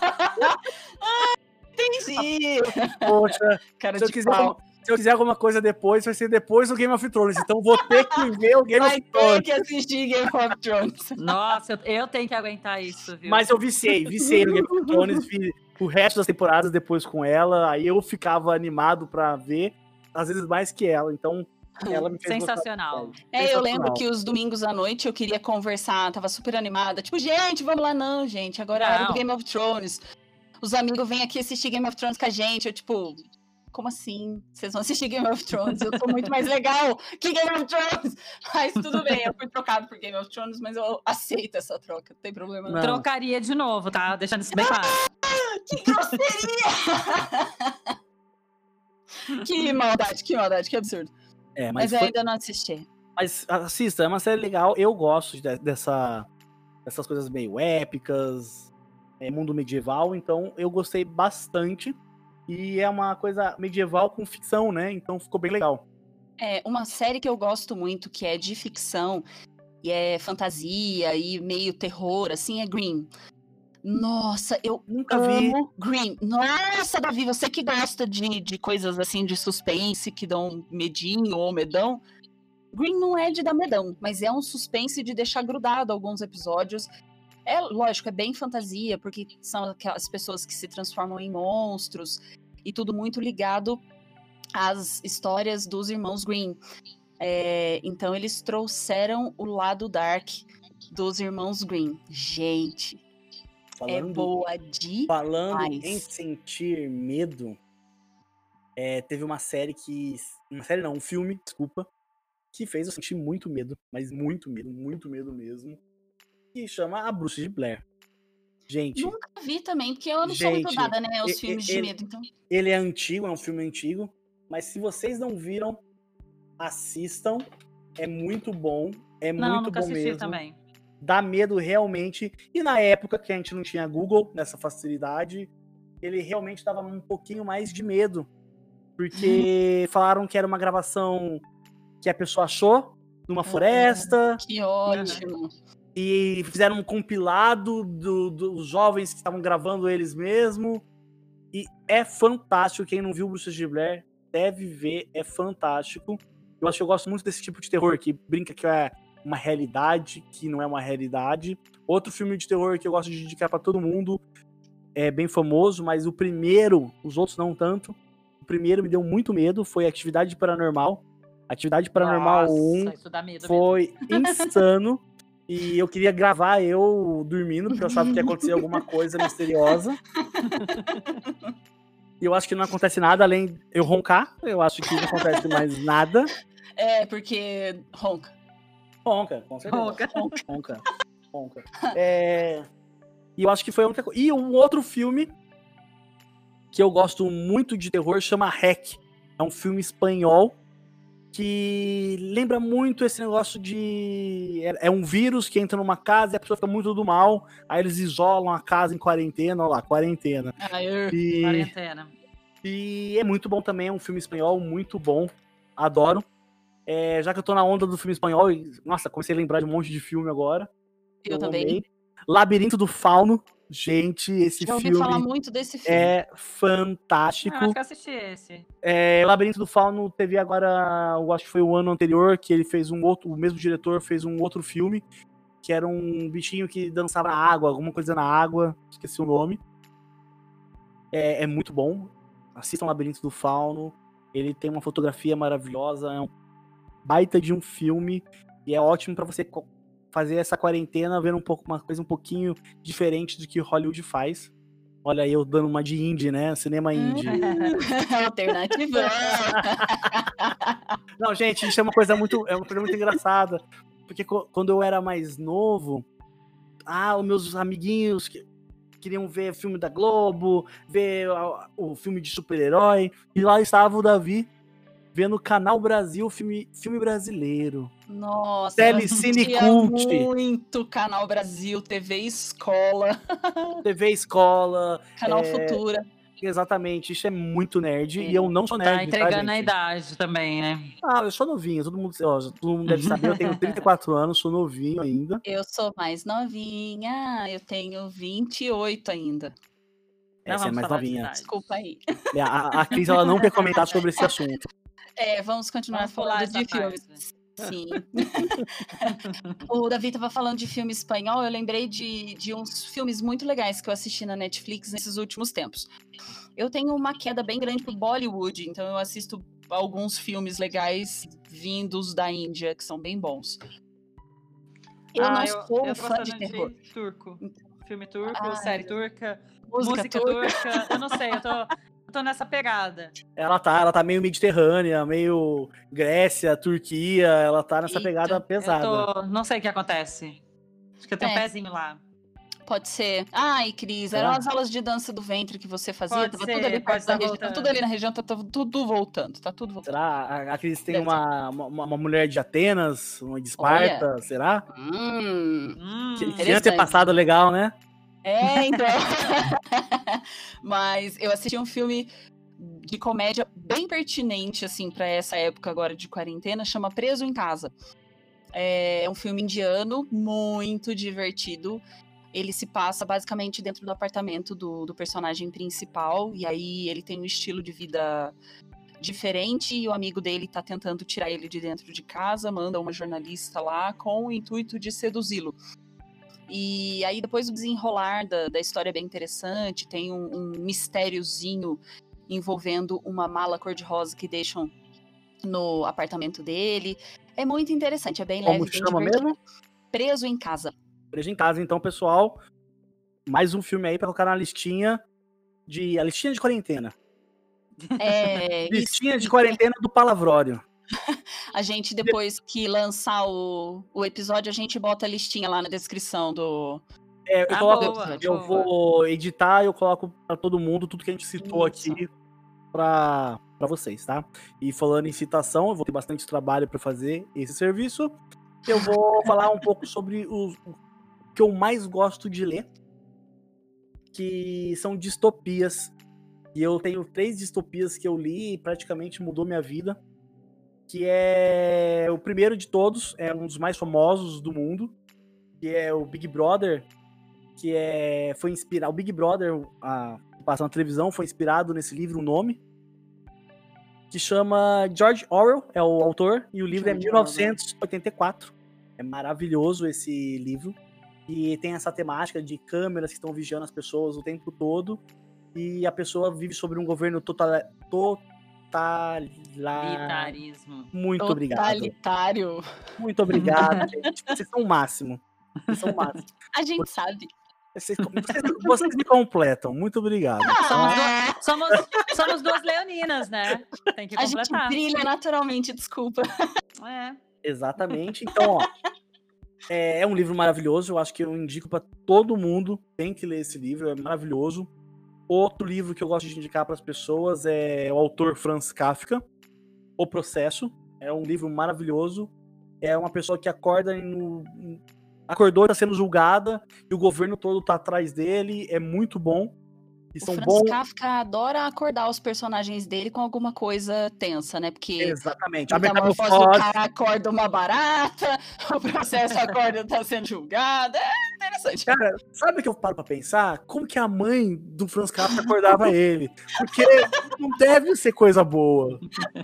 Entendi. Poxa, Cara se eu, de quiser, pau. se eu quiser alguma coisa depois, vai ser depois do Game of Thrones. Então vou ter que ver o Game Vai of ter Thrones. que assistir Game of Thrones. Nossa, eu, eu tenho que aguentar isso, viu? Mas eu viciei, viciei no Game of Thrones, vi o resto das temporadas depois com ela, aí eu ficava animado pra ver, às vezes mais que ela, então ela me fez gostar Sensacional. da série. É, eu lembro Sensacional. que os domingos à noite eu queria conversar, tava super animada. Tipo, gente, vamos lá. Não, gente, agora é a hora do Não. Game of Thrones. Os amigos vêm aqui assistir Game of Thrones com a gente. Eu, tipo, como assim? Vocês vão assistir Game of Thrones? Eu tô muito mais legal que Game of Thrones. Mas tudo bem, eu fui trocado por Game of Thrones, mas eu aceito essa troca, não tem problema não. Não. Trocaria de novo, tá? Deixando isso bem claro. Que grosseria! Que maldade, que maldade, que absurdo. É, Mas, mas, eu foi- ainda não assisti. mas assista, é uma série legal, eu gosto de- dessa, dessas coisas meio épicas, é, mundo medieval, então eu gostei bastante, e é uma coisa medieval com ficção, né, então ficou bem legal. É, uma série que eu gosto muito, que é de ficção, e é fantasia e meio terror, assim, é Grimm. Nossa, eu Nunca vi. amo Grimm. Nossa, Davi, você que gosta de, de coisas assim, de suspense, que dão medinho ou medão. Grimm não é de dar medão, mas é um suspense de deixar grudado alguns episódios. É, lógico, é bem fantasia, porque são aquelas pessoas que se transformam em monstros, e tudo muito ligado às histórias dos irmãos Grimm. É, então eles trouxeram o lado dark dos irmãos Grimm. Gente, é Falando, boa demais. falando em sentir medo, é, teve uma série que, uma série não, um filme, desculpa, que fez eu sentir muito medo, mas muito medo, muito medo mesmo, que chama A Bruxa de Blair. Gente, Nunca vi também, porque eu não sou muito Gente, dada, né, aos e- filmes e- de ele- medo, então... ele é antigo, é um filme antigo, mas se vocês não viram, assistam, é muito bom, é Não, muito nunca bom assisti mesmo. também. Dá medo realmente. E na época que a gente não tinha Google, nessa facilidade, ele realmente dava um pouquinho mais de medo. Porque falaram que era uma gravação que a pessoa achou numa floresta. Que ótimo. E fizeram um compilado do- dos jovens que estavam gravando eles mesmo. E é fantástico. Quem não viu Bruxas de Blair deve ver. É fantástico. Eu acho que eu gosto muito desse tipo de terror que brinca que é uma realidade, que não é uma realidade. Outro filme de terror que eu gosto de indicar pra todo mundo, é bem famoso, mas o primeiro, os outros não tanto. O primeiro me deu muito medo, foi Atividade Paranormal. Atividade Paranormal Nossa, um isso dá medo mesmo. foi insano. E eu queria gravar eu dormindo, porque eu achava que ia acontecer alguma coisa misteriosa. E eu acho que não acontece nada além de eu roncar. Eu acho que não acontece mais nada. É, porque ronca. Ronca, com certeza. Ronca. Ronca. Ronca. É... E eu acho que foi a única coisa. E um outro filme que eu gosto muito de terror chama Hack. É um filme espanhol que lembra muito esse negócio de... É um vírus que entra numa casa e a pessoa fica muito do mal, aí eles isolam a casa em quarentena, olha lá, quarentena. Ah, eu... E... Quarentena. E é muito bom também, é um filme espanhol muito bom, adoro. É, já que eu tô na onda do filme espanhol, e, nossa, comecei a lembrar de um monte de filme agora. Eu, eu também. Amei. Labirinto do Fauno, gente, esse Já ouvi filme falar muito desse filme. é fantástico. Ah, acho que eu assisti esse. É, Labirinto do Fauno teve agora, eu acho que foi o ano anterior, que ele fez um outro, o mesmo diretor fez um outro filme, que era um bichinho que dançava na água, alguma coisa na água, esqueci o nome. É, é muito bom. Assistam Labirinto do Fauno. Ele tem uma fotografia maravilhosa, é um baita de um filme e é ótimo pra você fazer essa quarentena vendo um pouco, uma coisa um pouquinho diferente do que Hollywood faz. Olha aí eu dando uma de indie, né? Cinema indie. Alternativa. Não, gente, isso é uma coisa muito, é uma coisa muito engraçada, porque quando eu era mais novo, ah, os meus amiguinhos que queriam ver filme da Globo, ver o filme de super-herói, e lá estava o Davi vendo Canal Brasil, filme, filme brasileiro. Nossa, Telecine tinha Cult. muito Canal Brasil, T V Escola. T V Escola. Canal é... Futura. Exatamente, isso é muito nerd, É. e eu não sou nerd, Tá entregando tá, a gente? idade também, né? Ah, eu sou novinho, todo mundo, ó, todo mundo deve saber, eu tenho trinta e quatro anos, sou novinho ainda. Eu sou mais novinha, eu tenho vinte e oito ainda. Não Essa é vamos mais falar de novinha. idade. Desculpa aí. É, A, a Cris, ela não quer comentar sobre esse assunto. É, vamos continuar Vamos pular falando de essa filmes. parte. Sim. O Davi estava falando de filme espanhol, eu lembrei de, de uns filmes muito legais que eu assisti na Netflix nesses últimos tempos. Eu tenho uma queda bem grande pro Bollywood, então eu assisto alguns filmes legais vindos da Índia, que são bem bons. Eu ah, não eu, sou eu tô fã de gostando terror. de turco. Filme turco, Ah, série turca, Música, música turca. turca. Eu não sei, eu tô, eu tô nessa pegada. Ela tá, ela tá meio mediterrânea, meio Grécia, Turquia, ela tá nessa Eita, pegada Eu pesada. tô. Não sei o que acontece. Acho que eu tenho É. um pezinho lá. Pode ser. Ai, Cris, Será? eram as aulas de dança do ventre que você fazia. Pode Tava ser, tudo ali pode perto da estar região. Tava voltando. tudo ali na região, tá, tá tudo voltando. Tá tudo voltando. Será? A, a Cris tem Deve uma, uma, uma mulher de Atenas, uma de Esparta, será? Hum. Hum, Que, que Interessante. ter passado legal, né? É, então. Mas eu assisti um filme de comédia bem pertinente, assim, pra essa época agora de quarentena, chama Preso em Casa. É um filme indiano muito divertido. Ele se passa basicamente dentro do apartamento do, do personagem principal, e aí ele tem um estilo de vida diferente, e o amigo dele tá tentando tirar ele de dentro de casa, manda uma jornalista lá com o intuito de seduzi-lo. E aí depois o desenrolar da, da história é bem interessante, tem um, um mistériozinho envolvendo uma mala cor-de-rosa que deixam no apartamento dele. É muito interessante, é bem Como leve, bem chama divertido. mesmo? Preso em Casa. Preso em Casa, então, pessoal. Mais um filme aí pra colocar na listinha de. A listinha de quarentena. É, Listinha isso, de e quarentena do Palavrório. a gente, depois que lançar o, o episódio, a gente bota a listinha lá na descrição do... É, eu Ah, coloco, boa, eu boa. vou editar e eu coloco pra todo mundo tudo que a gente citou Isso. aqui pra, pra vocês, tá? E falando em citação, eu vou ter bastante trabalho pra fazer esse serviço. Eu vou falar um pouco sobre os, o que eu mais gosto de ler, que são distopias. E eu tenho três distopias que eu li e praticamente mudou minha vida. Que é o primeiro de todos, é um dos mais famosos do mundo, que é o Big Brother, que é, foi inspirado, o Big Brother, a, que passa na televisão, foi inspirado nesse livro, o nome, que chama George Orwell, é o autor, e o livro George é mil novecentos e oitenta e quatro. É maravilhoso esse livro, e tem essa temática de câmeras que estão vigiando as pessoas o tempo todo, e a pessoa vive sobre um governo total, Totalitarismo. Muito obrigado. Totalitário. Muito obrigado, gente. Vocês são o máximo. Vocês são o máximo. A gente sabe. Vocês, vocês, vocês me completam, muito obrigado. Somos, du- somos, somos duas leoninas, né? Tem que A gente completar. brilha naturalmente, desculpa. É. Exatamente. Então, ó, é, é um livro maravilhoso. Eu acho que eu indico para todo mundo. Tem que ler esse livro, é maravilhoso. Outro livro que eu gosto de indicar para as pessoas é o autor Franz Kafka, O Processo. É um livro maravilhoso. É uma pessoa que acorda no... acordou e está sendo julgada e o governo todo tá atrás dele. É muito bom. E O são Franz bons. Kafka adora acordar os personagens dele com alguma coisa tensa, né? Porque Exatamente. A a metamorfose do metamorfose. cara acorda uma barata, o processo acorda tá sendo julgado. É interessante. Cara, sabe o que eu paro pra pensar? Como que a mãe do Franz Kafka acordava ele? Porque não deve ser coisa boa.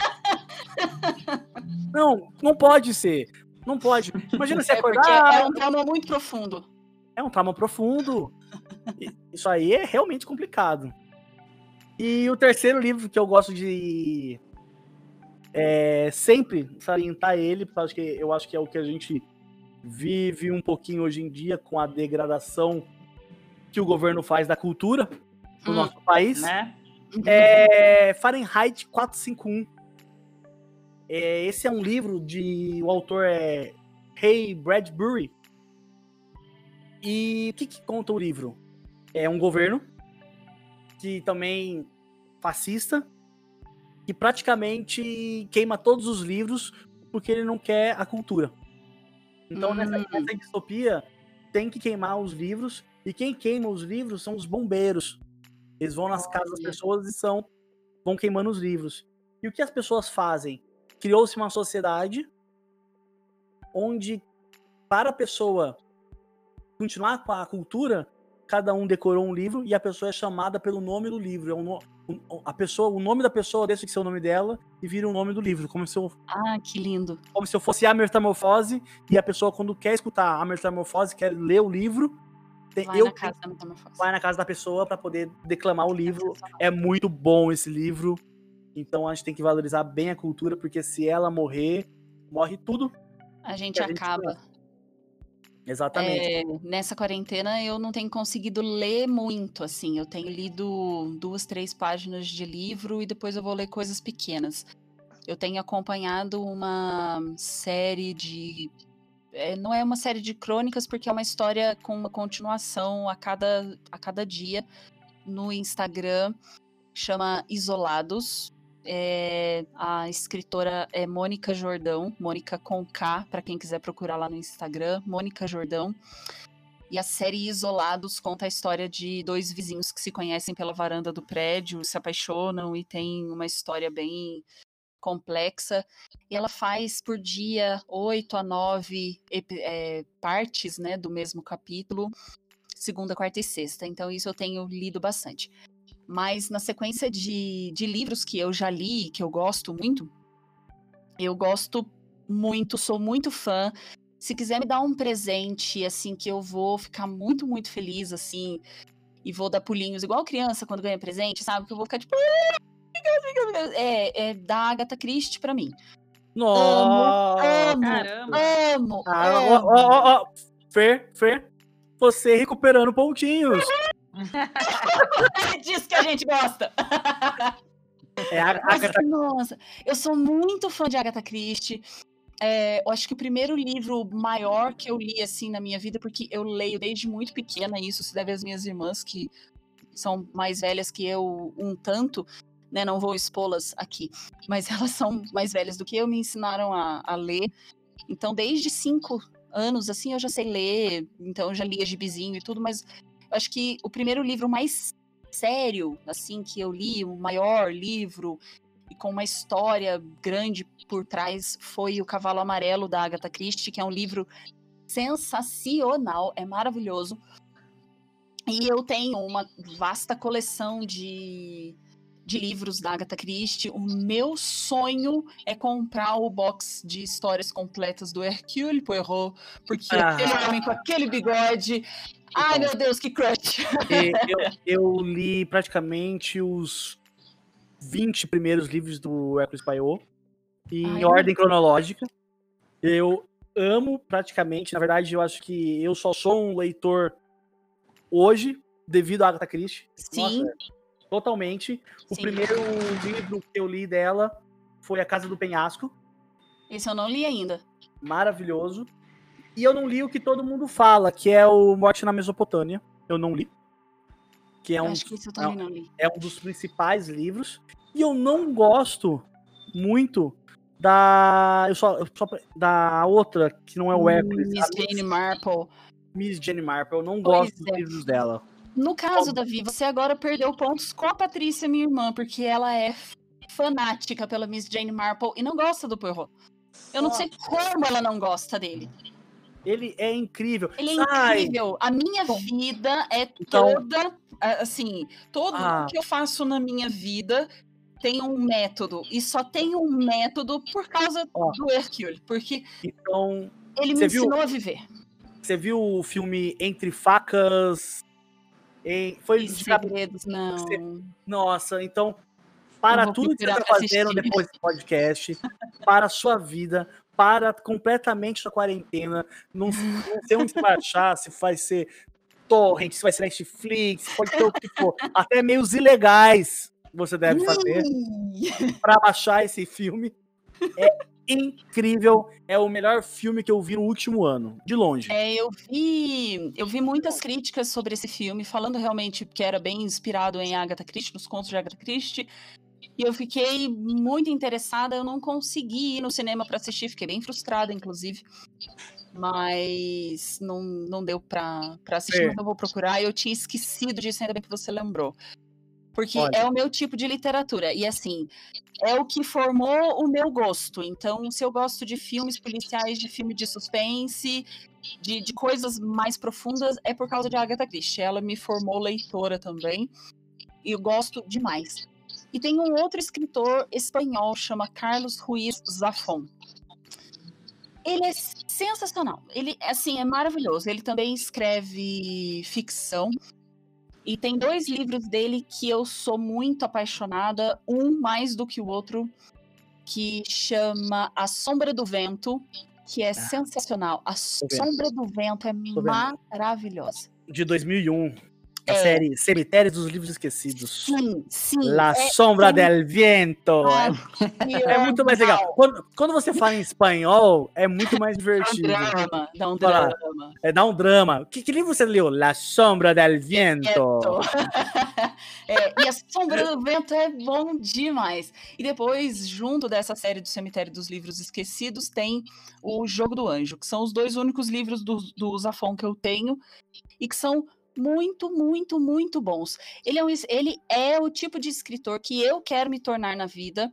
Não, não pode ser. Não pode. Imagina você É porque acordar. é um trauma muito profundo. É um trauma profundo. E isso aí é realmente complicado. E o terceiro livro que eu gosto de é, sempre salientar ele, porque eu acho, que, eu acho que é o que a gente vive um pouquinho hoje em dia com a degradação que o governo faz da cultura no Hum. nosso país. Né? É Fahrenheit quatrocentos e cinquenta e um. É, esse é um livro de... O autor é Ray Bradbury. E o que, que conta o livro? É um governo que também fascista, que praticamente queima todos os livros porque ele não quer a cultura. Então, Hum. nessa, nessa distopia, tem que queimar os livros, e quem queima os livros são os bombeiros. Eles vão nas casas das Olha. pessoas e são, vão queimando os livros. E o que as pessoas fazem? Criou-se uma sociedade onde, para a pessoa continuar com a cultura, cada um decorou um livro e a pessoa é chamada pelo nome do livro. É um no... a pessoa, o nome da pessoa deixa de ser o nome dela e vira o nome do livro, como se eu, Ah, que lindo. como se eu fosse a Metamorfose, e a pessoa, quando quer escutar a Metamorfose, quer ler o livro, tem, Vai eu na casa da metamorfose. vai na casa da pessoa para poder declamar o livro. Sensacional. É muito bom esse livro. Então a gente tem que valorizar bem a cultura, porque se ela morrer, morre tudo. A gente que a gente acaba. conhece. Exatamente. É, nessa quarentena eu não tenho conseguido ler muito, assim. Eu tenho lido duas, três páginas de livro e depois eu vou ler coisas pequenas. Eu tenho acompanhado uma série de... é, não é uma série de crônicas, porque é uma história com uma continuação a cada, a cada dia no Instagram. Chama Isolados. É, a escritora é Mônica Jordão, Mônica com K, para quem quiser procurar lá no Instagram, Mônica Jordão. E a série Isolados conta a história de dois vizinhos que se conhecem pela varanda do prédio, se apaixonam e tem uma história bem complexa. E ela faz por dia oito a nove é, partes, né, do mesmo capítulo, segunda, quarta e sexta. Então isso eu tenho lido bastante. Mas na sequência de, de livros que eu já li, que eu gosto muito, eu gosto muito, sou muito fã. Se quiser me dar um presente, assim, que eu vou ficar muito, muito feliz, assim, e vou dar pulinhos, igual criança quando ganha presente, sabe? Que eu vou ficar tipo... É, é da Agatha Christie pra mim. Nossa! Amo, Caramba! amo, Ah, amo. ó, ó, ó, ó. Fer, Fer, você recuperando pontinhos. É disso que a gente gosta. É a, a, Mas, nossa, eu sou muito fã de Agatha Christie. É, eu acho que o primeiro livro maior que eu li, assim, na minha vida, porque eu leio desde muito pequena, e isso se deve às minhas irmãs, que são mais velhas que eu um tanto, né, não vou expô-las aqui, mas elas são mais velhas do que eu, me ensinaram a, a ler. Então, desde cinco anos, assim, eu já sei ler, então eu já lia gibizinho e tudo, mas eu acho que o primeiro livro mais sério, assim, que eu li, o maior livro, e com uma história grande por trás, foi O Cavalo Amarelo, da Agatha Christie, que é um livro sensacional, é maravilhoso. E eu tenho uma vasta coleção de, de livros da Agatha Christie. O meu sonho é comprar o box de histórias completas do Hercule Poirot, porque Ah. aquele homem com aquele bigode... Ai, meu Deus, que crush! eu, eu li praticamente os vinte primeiros livros do Hercule Poirot em Ai, ordem cronológica. Eu amo praticamente, na verdade eu acho que eu só sou um leitor hoje, devido à Agatha Christie. Sim. Nossa, totalmente. O Sim. primeiro livro que eu li dela foi A Casa do Penhasco. Esse eu não li ainda. Maravilhoso. E eu não li o que todo mundo fala, que é o Morte na Mesopotâmia. Eu não li. Que é um, Acho que esse eu também não li. é um dos principais livros. E eu não gosto muito da. Eu só, eu só- da outra, que não é o Hércules. Miss a Jane Marple. Miss Jane Marple. Eu não Pois gosto dos é. livros dela. No caso, Davi, você agora perdeu pontos com a Patrícia, minha irmã, porque ela é fanática pela Miss Jane Marple e não gosta do Poirot. Eu não sei como ela não gosta dele. Ele é incrível. Ele é Sai! incrível. A minha Bom, vida é então- toda, assim, tudo Ah. o que eu faço na minha vida tem um método. E só tem um método por causa Ó. do Hercule. Porque Então, ele Você me viu? ensinou a viver. você viu o filme Entre Facas? Em... Foi E indicado- segredos, não. Nossa, então, para Eu vou tudo que você procurar está pra fazendo assistir. depois do podcast, para a sua vida, para completamente sua quarentena, não, não sei onde você vai achar, se vai ser torrent, se vai ser Netflix, pode ser o que for. Até meios ilegais você deve fazer Ih! para baixar esse filme. É incrível, é o melhor filme que eu vi no último ano, de longe. É, eu vi, eu vi muitas críticas sobre esse filme, falando realmente que era bem inspirado em Agatha Christie, nos contos de Agatha Christie. E eu fiquei muito interessada, eu não consegui ir no cinema para assistir, fiquei bem frustrada, inclusive. Mas não, não deu pra, pra assistir, É. mas eu vou procurar. Eu tinha esquecido disso, ainda bem que você lembrou. Porque Olha. é o meu tipo de literatura. E assim, é o que formou o meu gosto. Então, se eu gosto de filmes policiais, de filme de suspense, de, de coisas mais profundas, é por causa de Agatha Christie. Ela me formou leitora também. E eu gosto demais. E tem um outro escritor espanhol, chama Carlos Ruiz Zafón. Ele é sensacional. Ele, assim, é maravilhoso. Ele também escreve ficção. E tem dois livros dele que eu sou muito apaixonada, um mais do que o outro, que chama A Sombra do Vento, que é Ah, sensacional. A vendo. Sombra do Vento é vendo. maravilhosa. De dois mil e um, a É. série Cemitério dos Livros Esquecidos. Sim, sim. La é Sombra del Viento. Ah, É, é muito mais legal. Quando, quando você fala em espanhol, é muito mais Dá um divertido. drama, dá um Fala. drama. É, dá um drama. Que, que livro você leu? La Sombra del Viento. É, e A Sombra do Vento é bom demais. E depois, junto dessa série do Cemitério dos Livros Esquecidos, tem o Jogo do Anjo, que são os dois únicos livros do, do Zafón que eu tenho e que são muito, muito, muito bons. Ele é, um, ele é o tipo de escritor que eu quero me tornar na vida,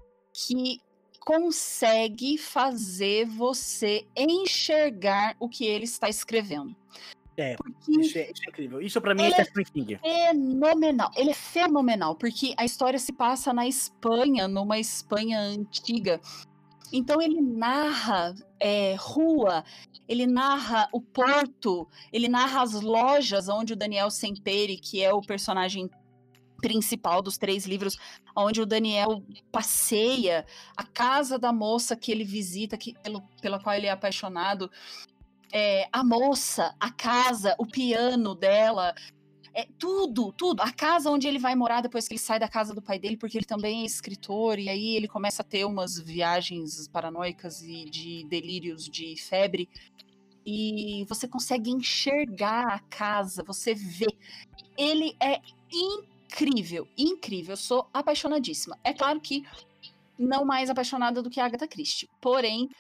que consegue fazer você enxergar o que ele está escrevendo. É, Porque isso é, isso é incrível. Isso pra mim Ele é é- Stephen King. fenomenal, ele é fenomenal, porque a história se passa na Espanha, numa Espanha antiga. Então ele narra é, rua, ele narra o porto, ele narra as lojas onde o Daniel Semperi, que é o personagem principal dos três livros, onde o Daniel passeia, a casa da moça que ele visita, que, pelo, pela qual ele é apaixonado, é, a moça, a casa, o piano dela, é, tudo, tudo. A casa onde ele vai morar depois que ele sai da casa do pai dele, porque ele também é escritor, e aí ele começa a ter umas viagens paranoicas e de delírios de febre. E você consegue enxergar a casa, você vê. Ele é incrível, incrível. Eu sou apaixonadíssima. É claro que não mais apaixonada do que a Agatha Christie. Porém,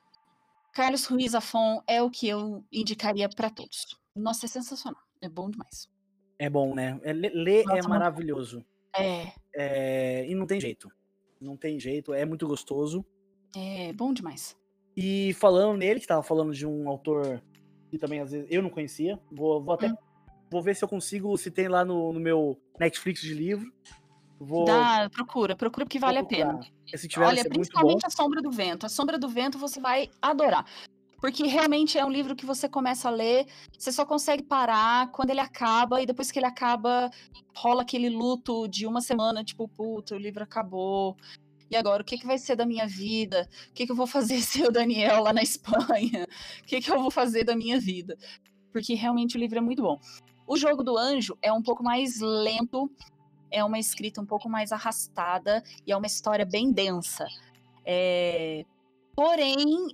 Carlos Ruiz Zafón é o que eu indicaria para todos. Nossa, é sensacional. É bom demais. É bom, né? É, ler ler Nossa, é muito maravilhoso. É, É, e não tem jeito. Não tem jeito, é muito gostoso. é bom demais. E falando nele, que tava falando de um autor que também às vezes eu não conhecia, vou, vou até Hum. vou ver se eu consigo, se tem lá no, no meu Netflix de livro. Vou, Dá, procura, procura porque vou vale a procurar. pena. Se tiver, vai Olha, ser muito bom. principalmente A Sombra do Vento. A Sombra do Vento você vai adorar. Porque realmente é um livro que você começa a ler, você só consegue parar quando ele acaba, e depois que ele acaba, rola aquele luto de uma semana, tipo, puta, o livro acabou. E agora, o que, que vai ser da minha vida? O que, que eu vou fazer sem o Daniel lá na Espanha? O que, que eu vou fazer da minha vida? Porque realmente o livro é muito bom. O Jogo do Anjo é um pouco mais lento, é uma escrita um pouco mais arrastada e é uma história bem densa. É... Porém,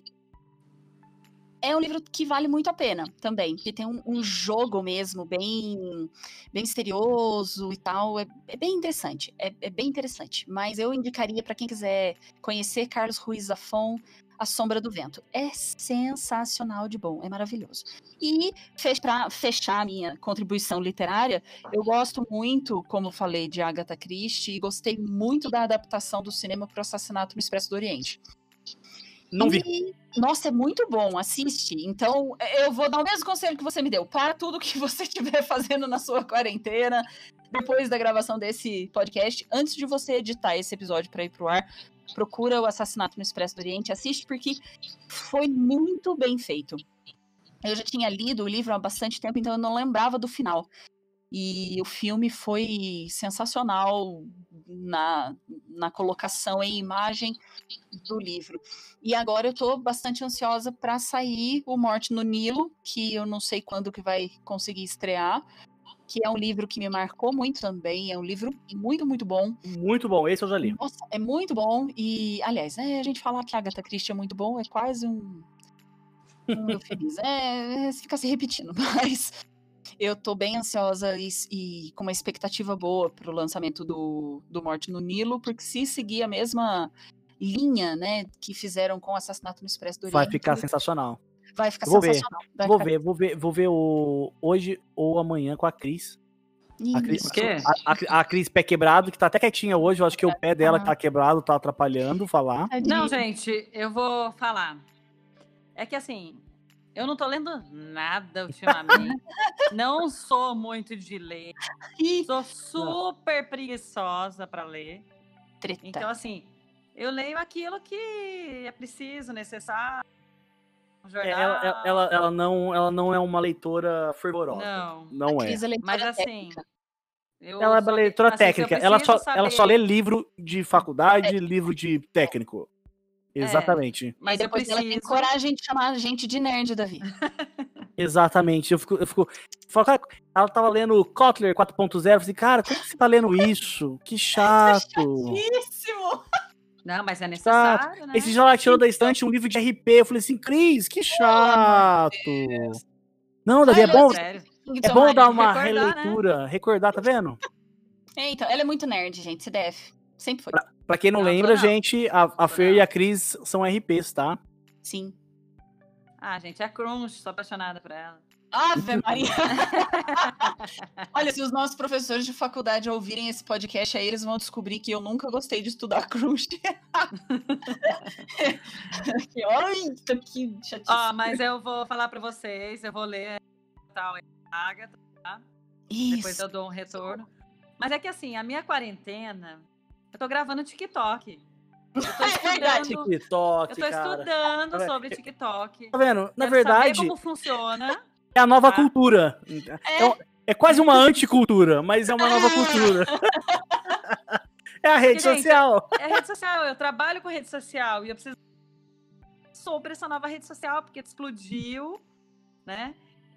é um livro que vale muito a pena também, porque tem um, um jogo mesmo bem, bem misterioso e tal, é, é bem interessante, é, é bem interessante. Mas eu indicaria para quem quiser conhecer Carlos Ruiz Zafón, A Sombra do Vento. É sensacional de bom, é maravilhoso. E para fechar a minha contribuição literária, eu gosto muito, como falei, de Agatha Christie e gostei muito da adaptação do cinema para o Assassinato no Expresso do Oriente. Não vi. E, nossa, é muito bom, assiste. Então, eu vou dar o mesmo conselho que você me deu. Para tudo que você estiver fazendo na sua quarentena, depois da gravação desse podcast, antes de você editar esse episódio para ir pro ar, procura o Assassinato no Expresso do Oriente, assiste, porque foi muito bem feito. Eu já tinha lido o livro há bastante tempo, então eu não lembrava do final. E o filme foi sensacional na, na colocação em imagem do livro. E agora eu tô bastante ansiosa para sair o Morte no Nilo, que eu não sei quando que vai conseguir estrear, que é um livro que me marcou muito também, é um livro muito, muito bom. Muito bom, esse eu já li. Nossa, é muito bom, e, aliás, é, a gente falar que a Agatha Christie é muito bom é quase um... um eufemismo, é, é, fica se repetindo, mas... Eu tô bem ansiosa e, e com uma expectativa boa pro lançamento do, do Morte no Nilo, porque se seguir a mesma linha, né, que fizeram com o Assassinato no Expresso do Oriente... Vai ficar sensacional. Vai ficar vou sensacional. Ver. Vai vou ficar... ver, vou ver, vou ver o hoje ou amanhã com a Cris. A Cris, o quê? A, a, a Cris pé quebrado, que tá até quietinha hoje, eu acho que o pé dela que tá quebrado, tá atrapalhando falar. Não, gente, eu vou falar. É que assim... Eu não tô lendo nada ultimamente. Não sou muito de ler. Sou super preguiçosa para ler. Treta. Então, assim, eu leio aquilo que é preciso, necessário. Um jornal. Ela, ela, ela, ela, não, ela não é uma leitora fervorosa. Não. Não é. é Mas, assim... técnica. Ela é leitora assim, técnica. Ela só, saber... ela só lê livro de faculdade, é. livro de técnico. Exatamente. É, mas e depois eu preciso... ela tem coragem de chamar a gente de nerd, Davi. Exatamente. Eu fico... Eu fico falo, cara, ela tava lendo Kotler quatro ponto zero. Eu falei, cara, como você tá lendo isso? Que chato. Chatíssimo. Não, mas é necessário, chato. né? Esse dia ela tirou da estante um livro de R P. Eu falei assim, Cris, que chato. Oh, não, Davi, é bom... Sério? É bom dar uma recordar, releitura. Né? Recordar, tá vendo? É, então, ela é muito nerd, gente. C D F. Sempre foi. Pra, pra quem não, não lembra, não. gente, a, a Fer não. e a Cris são R Ps, tá? Sim. Ah, gente, é a Crunch, sou apaixonada por ela. Ave Maria! Olha, se os nossos professores de faculdade ouvirem esse podcast, aí eles vão descobrir que eu nunca gostei de estudar Crunch. que, olha, que chatice. Ó, mas eu vou falar pra vocês, eu vou ler tal Agatha, tá? Isso. Depois eu dou um retorno. Mas é que assim, a minha quarentena, eu tô gravando TikTok. Eu tô estudando, TikTok, eu tô estudando cara. sobre TikTok. Tá vendo? Na Quero verdade, saber como funciona. É a nova tá? cultura. É. É, é quase uma anticultura, mas é uma nova cultura. É a rede Porque, social. Gente, é a rede social. Eu trabalho com rede social e eu preciso sobre essa nova rede social, porque explodiu, né?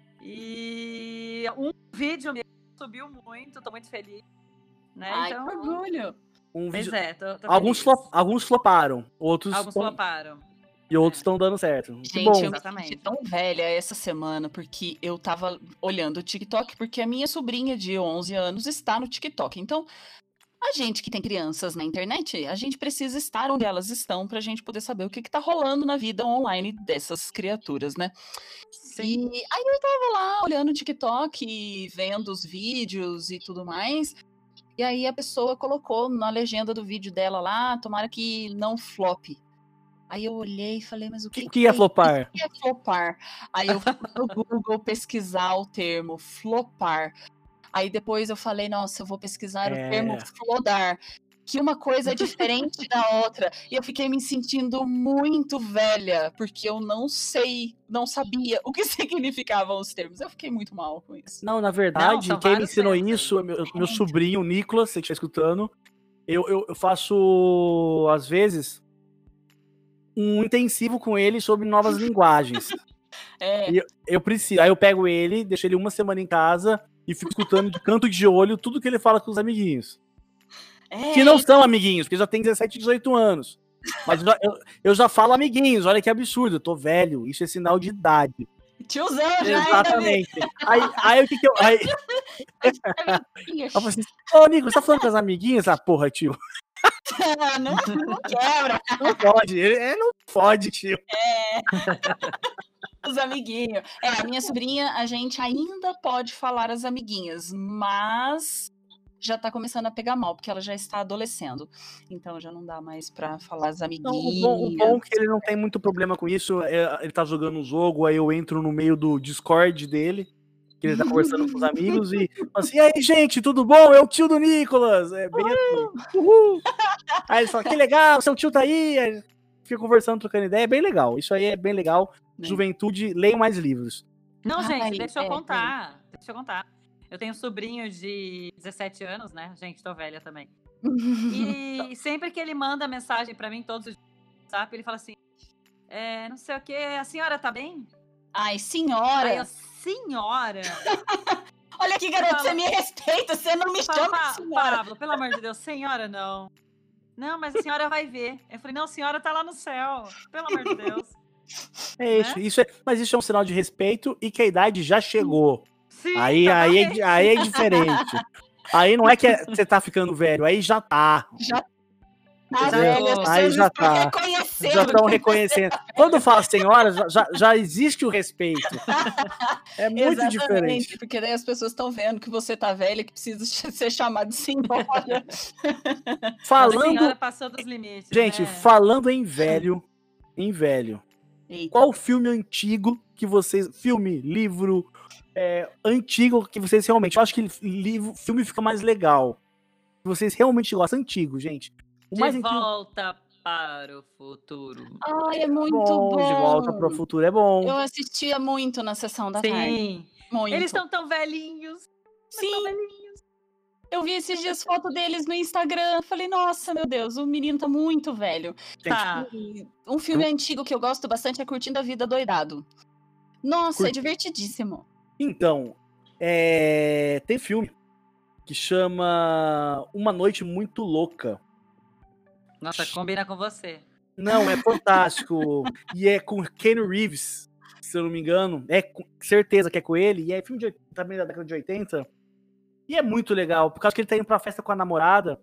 E um vídeo mesmo subiu muito, tô muito feliz. Né? Ai, então, que orgulho. Um pois vídeo... é, tô, tô alguns, flop... alguns floparam, outros Alguns tão... floparam. E outros estão é. dando certo. Gente, que bom. eu me senti tão velha essa semana, porque eu tava olhando o TikTok, porque a minha sobrinha de onze anos está no TikTok. Então, a gente que tem crianças na internet, a gente precisa estar onde elas estão pra gente poder saber o que que tá rolando na vida online dessas criaturas, né? Sim. E aí eu tava lá olhando o TikTok e vendo os vídeos e tudo mais. E aí a pessoa colocou na legenda do vídeo dela lá, tomara que não flop. Aí eu olhei e falei, mas o que, que, que é flopar? O que é flopar? Aí eu fui no Google pesquisar o termo flopar. Aí depois eu falei, nossa, eu vou pesquisar é... o termo flodar. Que uma coisa é diferente da outra. E eu fiquei me sentindo muito velha, porque eu não sei, não sabia o que significavam os termos. Eu fiquei muito mal com isso. Não, na verdade, não, quem me ensinou isso, meu, meu sobrinho, o Nicolas, você que está escutando, eu, eu, eu faço, às vezes, um intensivo com ele sobre novas linguagens. É. E eu, eu preciso. Aí eu pego ele, deixo ele uma semana em casa, e fico escutando de canto de olho tudo que ele fala com os amiguinhos. É, Que não são amiguinhos, porque já tem dezessete, dezoito anos. Mas eu já, eu, eu já falo amiguinhos, olha que absurdo, eu tô velho, isso é sinal de idade. tiozão já Exatamente. Aí, aí o que que eu... Aí, ainda. eu falei assim, ô Nico, você tá falando com as amiguinhas? Ah, porra, tio. não, não quebra. Não pode, é, não pode, tio. Os amiguinhos. É, a minha sobrinha, a gente ainda pode falar as amiguinhas, mas já tá começando a pegar mal, porque ela já está adolescendo. Então já não dá mais pra falar as Não, amiguinhas. o, bom, o bom é que ele não tem muito problema com isso. É, ele tá jogando um jogo, aí eu entro no meio do Discord dele, que ele tá conversando com os amigos, e fala assim, e aí, gente, tudo bom? É o tio do Nicolas. É bem assim. Uhul. Aí ele fala, que legal, seu tio tá aí. Aí fica conversando, trocando ideia, é bem legal. Isso aí é bem legal. É. Juventude, leiam mais livros. Não, Ai, gente, deixa eu é, contar. Deixa eu contar. Eu tenho um sobrinho de dezessete anos, né? Gente, tô velha também. E sempre que ele manda mensagem pra mim, todos os dias no WhatsApp, ele fala assim, é, não sei o que, a senhora tá bem? Ai, senhora. Aí eu, senhora? Olha aqui, garoto, Fala- você me respeita, você não me Fala, chama de "Pa- senhora. Pablo, pelo amor de Deus, senhora não. Não, mas a senhora vai ver. Eu falei, não, a senhora tá lá no céu. Pelo amor de Deus. É isso, isso é, mas isso é um sinal de respeito e que a idade já chegou. Sim, Aí, aí, totalmente. é, aí é diferente. Aí não é que é- você tá ficando velho, aí já tá. Já tá Entendeu? velha, as Aí pessoas já estão tá. reconhecendo. Já estão reconhecendo. Quando fala senhora, já, já, já existe o respeito. É muito Exatamente, diferente. porque daí as pessoas estão vendo que você tá velha, que precisa ser chamado de senhora. A Falando, senhora passou dos limites. gente, né? falando em velho, em velho, Eita. qual filme antigo que vocês, filme, livro, é, antigo que vocês realmente, eu acho que livro, filme fica mais legal. Que vocês realmente gostam, antigo, gente. O De mais antigo volta para o futuro. Ai, é muito bom, bom. De Volta para o Futuro é bom. Eu assistia muito na sessão da tarde. Sim. Muito. Eles estão tão velhinhos. mas tão Sim, velhinhos. eu vi esses dias foto deles no Instagram. Falei, nossa, meu Deus, o menino tá muito velho. Gente, Tá. E um filme antigo que eu gosto bastante é Curtindo a Vida Doidado. Nossa, é Curti- divertidíssimo. Então, é, tem filme que chama Uma Noite Muito Louca. Nossa, combina com você. Não, é fantástico. E é com Keanu Reeves, se eu não me engano. É com certeza que é com ele. E é filme de, oit- também da década de oitenta. E é muito legal, por causa que ele tá indo pra festa com a namorada.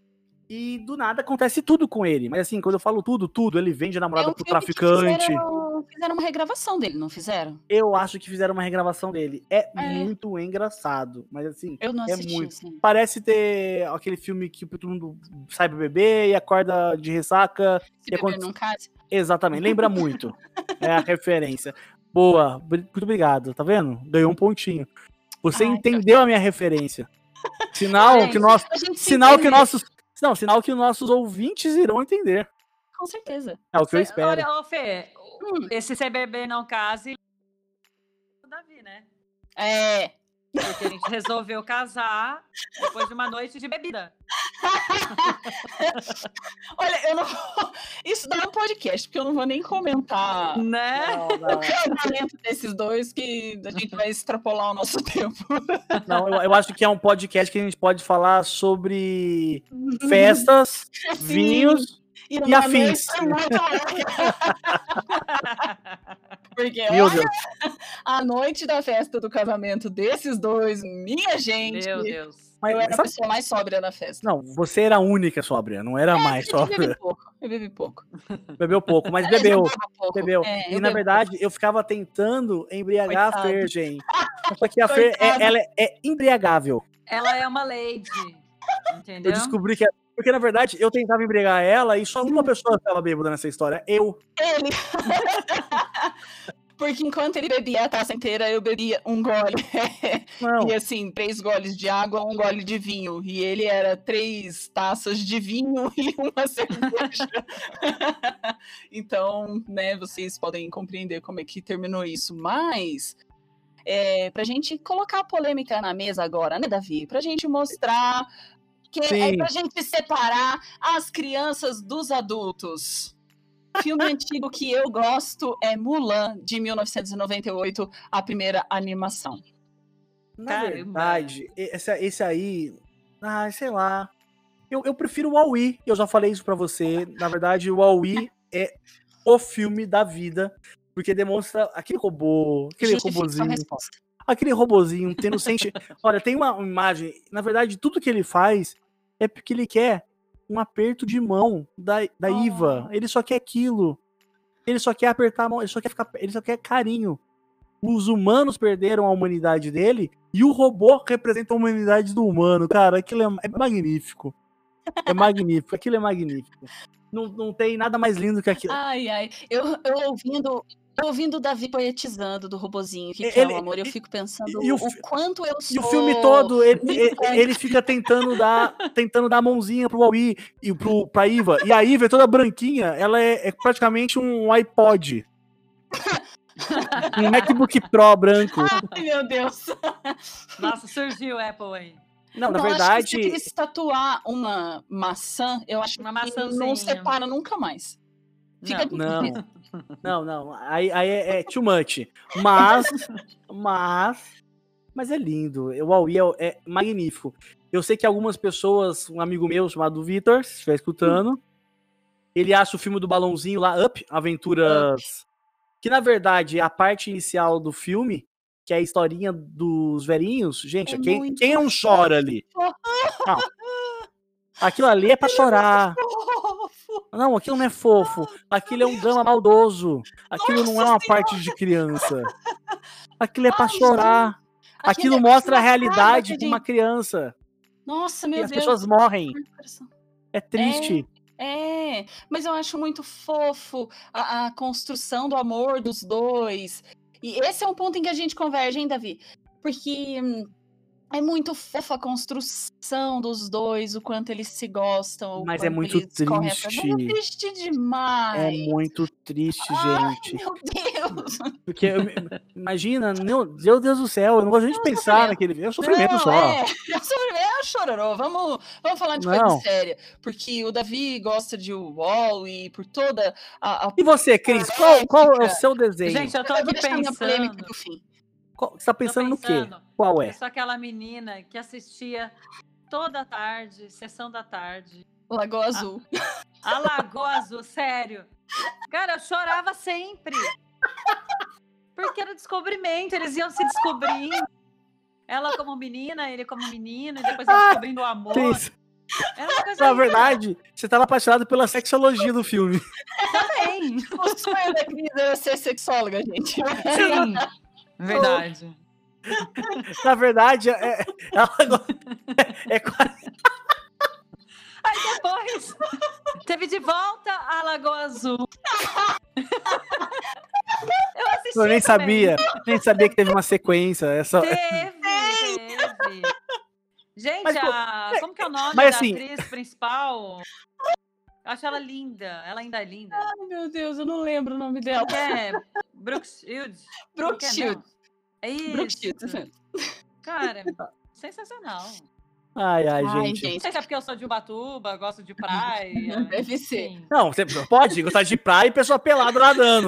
E do nada acontece tudo com ele. Mas assim, quando eu falo tudo, tudo, ele vende a namorada É um pro filme que traficante. Fizeram, fizeram uma regravação dele, não fizeram? Eu acho que fizeram uma regravação dele. É, É. muito engraçado. Mas assim, Eu não É assisti, muito. assim. parece ter aquele filme que todo mundo sai pra beber e acorda de ressaca. Se E beber aconte- num case. Exatamente, lembra muito. É a referência. Boa, bri- muito obrigado, tá vendo? Ganhou um pontinho. Você Ai, entendeu a minha referência. Sinal Gente, que nós, A gente se sinal que entende, nossos, não, sinal que nossos ouvintes irão entender. com certeza. É o que eu Cê- espero. Olha, ô Fê, Hum, esse C B B não case o Davi, né? é. Porque a gente resolveu casar depois de uma noite de bebida. Olha, eu não vou... Isso dá um podcast, porque eu não vou nem comentar Né? Não, o não, casamento desses dois, que a gente vai extrapolar o nosso tempo. não, eu, eu acho que é um podcast que a gente pode falar sobre festas, Sim. vinhos. E, E numa afins. noite muito louca. Porque Meu olha, Deus. a noite da festa do casamento desses dois, minha gente, Meu Deus. Mas, eu era a sabe- pessoa mais sóbria na festa. Não, você era a única sóbria, não era mais Eu bebi sóbria. pouco, eu bebi pouco. Bebeu pouco, mas Aliás, bebeu. eu bebo pouco. Bebeu. É, e eu na bebo verdade, eu ficava tentando embriagar Coitado. a Fer, gente. Só que a Fer, é, Coitado. ela é, é embriagável. Ela é uma lady. Entendeu? Eu descobri que. é- Porque, na verdade, eu tentava embriagar ela e só uma pessoa ficava bêbada nessa história. Eu. Ele. Porque enquanto ele bebia a taça inteira, eu bebia um gole. Não. E assim, três goles de água, um gole de vinho. E ele era três taças de vinho e uma cerveja. Então, né, vocês podem compreender como é que terminou isso. Mas, é, pra gente colocar a polêmica na mesa agora, né, Davi? Pra gente mostrar que é Sim. pra gente separar as crianças dos adultos. Filme antigo que eu gosto é Mulan, de mil novecentos e noventa e oito, a primeira animação. Na Caramba. verdade, esse, esse aí, ah, sei lá. Eu, eu prefiro o Wall-E, eu já falei isso pra você. Na verdade, o Wall-E é o filme da vida, porque demonstra aquele robô, aquele Justifique sua robozinho, resposta. aquele robozinho tendo sente. Olha, tem uma imagem, na verdade, tudo que ele faz é porque ele quer um aperto de mão da, da Oh. Iva. Ele só quer aquilo. Ele só quer apertar a mão, ele só quer ficar, ele só quer carinho. Os humanos perderam a humanidade dele e o robô representa a humanidade do humano. Cara, aquilo é, é magnífico. É magnífico, aquilo é magnífico. Não, não tem nada mais lindo que aquilo. Ai, ai. Eu, eu ouvindo. Eu ouvindo o Davi poetizando do robozinho, que, que Ele- é o amor, eu fico pensando e o o, fi- quanto eu sou. E o filme todo, ele, ele, militante. ele fica tentando dar, tentando dar a mãozinha pro Wall-E e pro, pra Iva. E a Iva é toda branquinha, ela é, é praticamente um iPod. Um MacBook Pro branco. Ai, meu Deus. Nossa, surgiu o Apple aí. Não, na Não, acho que verdade. se eles tatuar uma maçã, eu acho Uma que maçãzinha. não separa nunca mais. Fica Não. difícil. Não, não, não. Aí, aí é, é too much. Mas, mas, mas é lindo. O Wall-E é, é magnífico. Eu sei que algumas pessoas, um amigo meu chamado Vitor, se estiver escutando, ele acha o filme do balãozinho lá, Up, Aventuras, que na verdade é a parte inicial do filme, que é a historinha dos velhinhos. Gente, É quem, muito quem não chora ali? Não. Aquilo ali é pra chorar. Fofo. Não, aquilo não é fofo. Aquilo é um drama maldoso. Aquilo não é uma parte de criança. Aquilo é pra Ai, chorar. Aquilo é mostra a uma realidade raiva, de uma gente. criança. Nossa, E meu as Deus. pessoas morrem. É triste. É, mas eu acho muito fofo a, a construção do amor dos dois. E esse é um ponto em que a gente converge, hein, Davi? Porque hum, é muito fofa a construção dos dois, o quanto eles se gostam, o Mas é quanto muito eles correm atrás. triste. Mas é triste É demais. muito triste, gente. Meu Deus. Porque, eu- imagina, meu meu Deus do céu, eu não gosto nem de pensar sofrimento. naquele. É um sofrimento Não, só. é, é, sobre- é chororô. Vamos, vamos falar de Não. coisa séria. Porque o Davi gosta de Wall e por toda a, a E você, Cris, qual, qual é o seu desenho? Gente, eu tô Eu vou aqui deixar minha polêmica pensando. pro fim. Qual- você tá Tô pensando no quê? pensando. Qual Eu é? sou aquela menina que assistia toda tarde, sessão da tarde. Lagoa Azul. A Lagoa Azul, sério. Cara, eu chorava sempre. Porque era descobrimento, eles iam se descobrindo. Ela como menina, ele como menino, e depois ia descobrindo o amor. Cris, Era uma coisa na linda. verdade, você tava apaixonado pela sexologia do filme. Também. O sonho da Cris era ser sexóloga, gente. Sim, verdade. Na verdade, é, ela é, é quase. Aí depois teve de volta a Lagoa Azul. Eu assisti Eu nem também. sabia, nem sabia que teve uma sequência. Essa... Teve, teve. Gente, Mas, pô, a... como que é o nome mas da assim- atriz principal? Eu acho ela linda. Ela ainda é linda. Ai, meu Deus, eu não lembro o nome dela. Que é Brooke Shields. Brooke Que é, Shields. não? É isso. Brooke Shields. Cara, sensacional. Ai, ai, Ai, gente. Não gente. sei se é porque eu sou de Ubatuba, gosto de praia. Deve ser. enfim. Não, você pode gostar de praia e pessoa pelada nadando.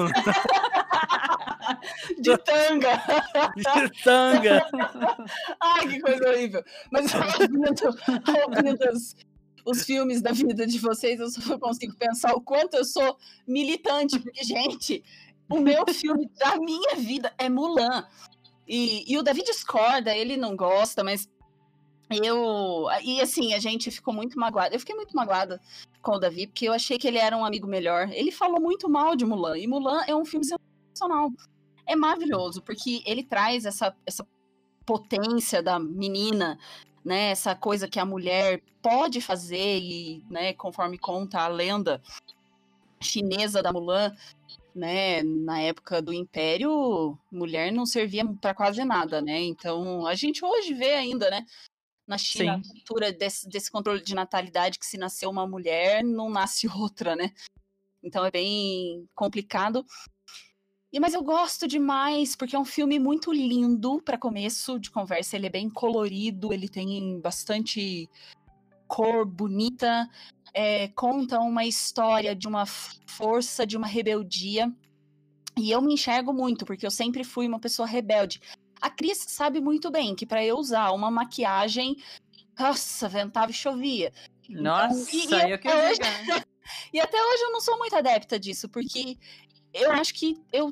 De tanga. De tanga. Ai, que coisa horrível. Mas ouvindo, ouvindo os, os filmes da vida de vocês, eu só consigo pensar o quanto eu sou militante. Porque, gente, o meu filme da minha vida é Mulan. E, e o Davi discorda, ele não gosta, mas eu... E assim, a gente ficou muito magoada. Eu fiquei muito magoada com o Davi, porque eu achei que ele era um amigo melhor. Ele falou muito mal de Mulan. E Mulan é um filme sensacional. É maravilhoso, porque ele traz essa, essa potência da menina, né? Essa coisa que a mulher pode fazer e, né, conforme conta a lenda chinesa da Mulan, né, na época do Império, mulher não servia para quase nada, né? Então, a gente hoje vê ainda, né, na China, Sim. a cultura desse, desse controle de natalidade, que se nasceu uma mulher, não nasce outra, né? Então é bem complicado. E, mas eu gosto demais, porque é um filme muito lindo para começo de conversa. Ele é bem colorido, ele tem bastante cor bonita, é, conta uma história de uma força, de uma rebeldia. E eu me enxergo muito, porque eu sempre fui uma pessoa rebelde. A Cris sabe muito bem que para eu usar uma maquiagem, nossa, ventava e chovia. Nossa, Então, e, e eu que hoje, diga. E até hoje eu não sou muito adepta disso, porque eu acho que eu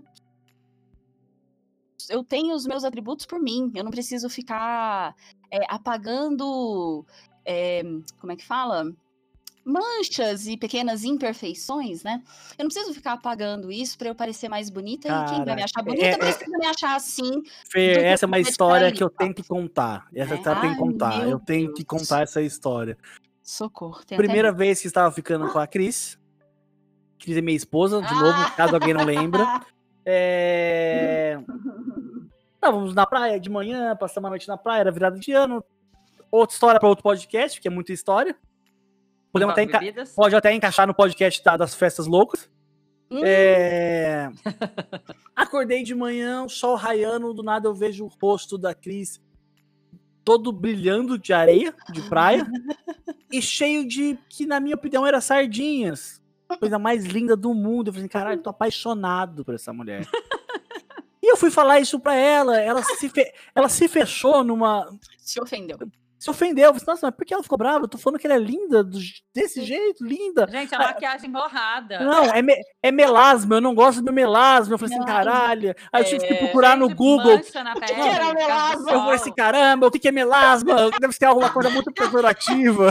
eu tenho os meus atributos por mim. Eu não preciso ficar é, apagando, é, como é que fala? Manchas e pequenas imperfeições, né? Eu não preciso ficar apagando isso para eu parecer mais bonita. Cara, e quem vai me achar bonita é, é, precisa me achar assim. Fê, essa é uma história que eu tenho tenho que contar. Essa é. história tem que contar. Ai, eu tenho Deus. que contar essa história. Socorro. Primeira até... vez que estava ficando com a Cris. Cris é minha esposa, de ah! novo, caso alguém não lembra. É... Estávamos na praia de manhã, passamos a noite na praia, era virada de ano. Outra história para outro podcast, que é muita história. Podemos até enca... Pode até encaixar no podcast tá, das festas loucas. Hum. É... Acordei de manhã, o sol raiando, do nada eu vejo o rosto da Cris todo brilhando de areia, de praia, e cheio de, que na minha opinião, era sardinhas. Coisa mais linda do mundo. Eu falei assim, caralho, tô apaixonado por essa mulher. E eu fui falar isso pra ela, ela se, fe... ela se fechou numa... Se ofendeu. Se ofendeu. Eu falei, nossa, mas por que ela ficou brava? Eu tô falando que ela é linda, do... desse jeito, linda. Gente, a maquiagem borrada. Não, é, me... é melasma, eu não gosto do meu melasma. Eu falei assim, caralho. Aí eu tive que procurar no Google. Na o que, que era melasma? Eu falei assim, caramba, o que, que é melasma? Deve ser alguma coisa muito pejorativa.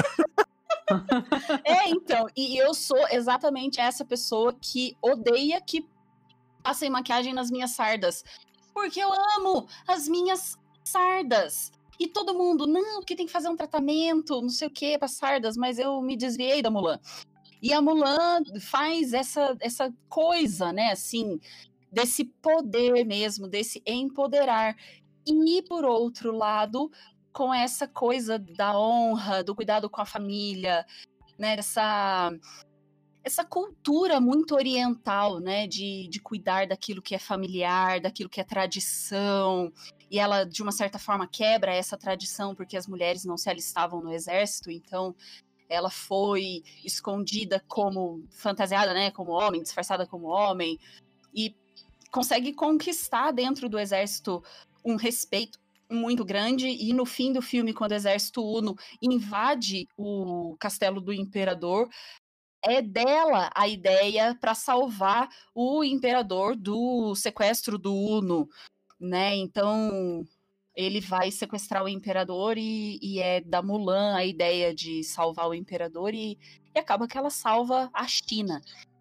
É, então, e eu sou exatamente essa pessoa que odeia que passem maquiagem nas minhas sardas. Porque eu amo as minhas sardas. E todo mundo, não, porque tem que fazer um tratamento, não sei o que, para sardas, mas eu me desviei da Mulan. E a Mulan faz essa, essa coisa, né, assim, desse poder mesmo, desse empoderar. E, por outro lado, com essa coisa da honra, do cuidado com a família, né, dessa... essa cultura muito oriental, né, de, de cuidar daquilo que é familiar, daquilo que é tradição, e ela, de uma certa forma, quebra essa tradição, porque as mulheres não se alistavam no exército, então ela foi escondida como fantasiada, né, como homem, disfarçada como homem, e consegue conquistar dentro do exército um respeito muito grande, e no fim do filme, quando o exército Uno invade o castelo do imperador, é dela a ideia para salvar o imperador do sequestro do Uno, né? Então, ele vai sequestrar o imperador e, e é da Mulan a ideia de salvar o imperador e, e acaba que ela salva a China.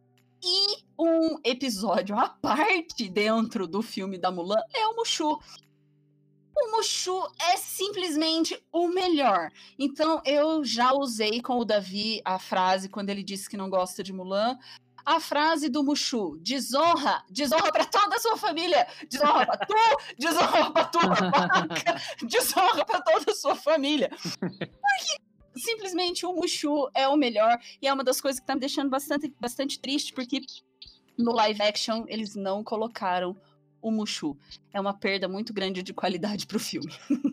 E um episódio à parte dentro do filme da Mulan é o Mushu. O Mushu é simplesmente o melhor. Então, eu já usei com o Davi a frase, quando ele disse que não gosta de Mulan, a frase do Mushu: desonra, desonra pra toda a sua família, desonra pra tu, desonra pra tua vaca, desonra pra toda a sua família. Porque simplesmente o Mushu é o melhor, e é uma das coisas que tá me deixando bastante, bastante triste, porque no live action eles não colocaram o Mushu. É uma perda muito grande de qualidade pro filme.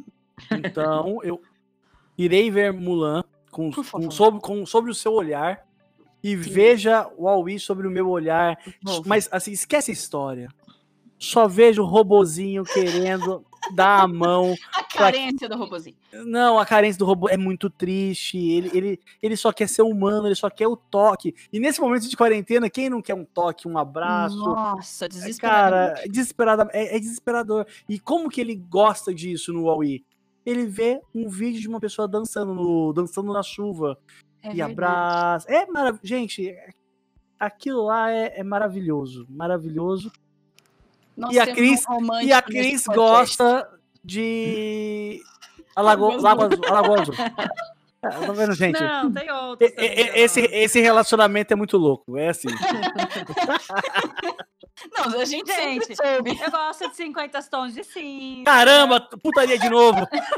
Então, eu irei ver Mulan com, com, sobre, com, sobre o seu olhar e Sim. veja o Aui sobre o meu olhar. Nossa. Mas, assim, esquece a história. Só vejo o robozinho querendo dar a mão. A carência pra... do robozinho. Não, a carência do robô é muito triste. Ele, ele, ele só quer ser humano, ele só quer o toque. E nesse momento de quarentena, quem não quer um toque, um abraço? Nossa, desesperador. Cara, desesperado, é, é desesperador. E como que ele gosta disso no Aui? Ele vê um vídeo de uma pessoa dançando, no, dançando na chuva. É e verdade. Abraça. É maravilhoso. Gente, aquilo lá é, é maravilhoso. Maravilhoso. Nós e a Cris, um e a Cris gosta de Alagoa Azul. Alagoa Azul. Tá vendo, gente? Não, tem outro. Esse, esse relacionamento é muito louco. É assim. Não, a gente, gente soube. Eu gosto de cinquenta tons de cinza. Caramba, putaria de novo.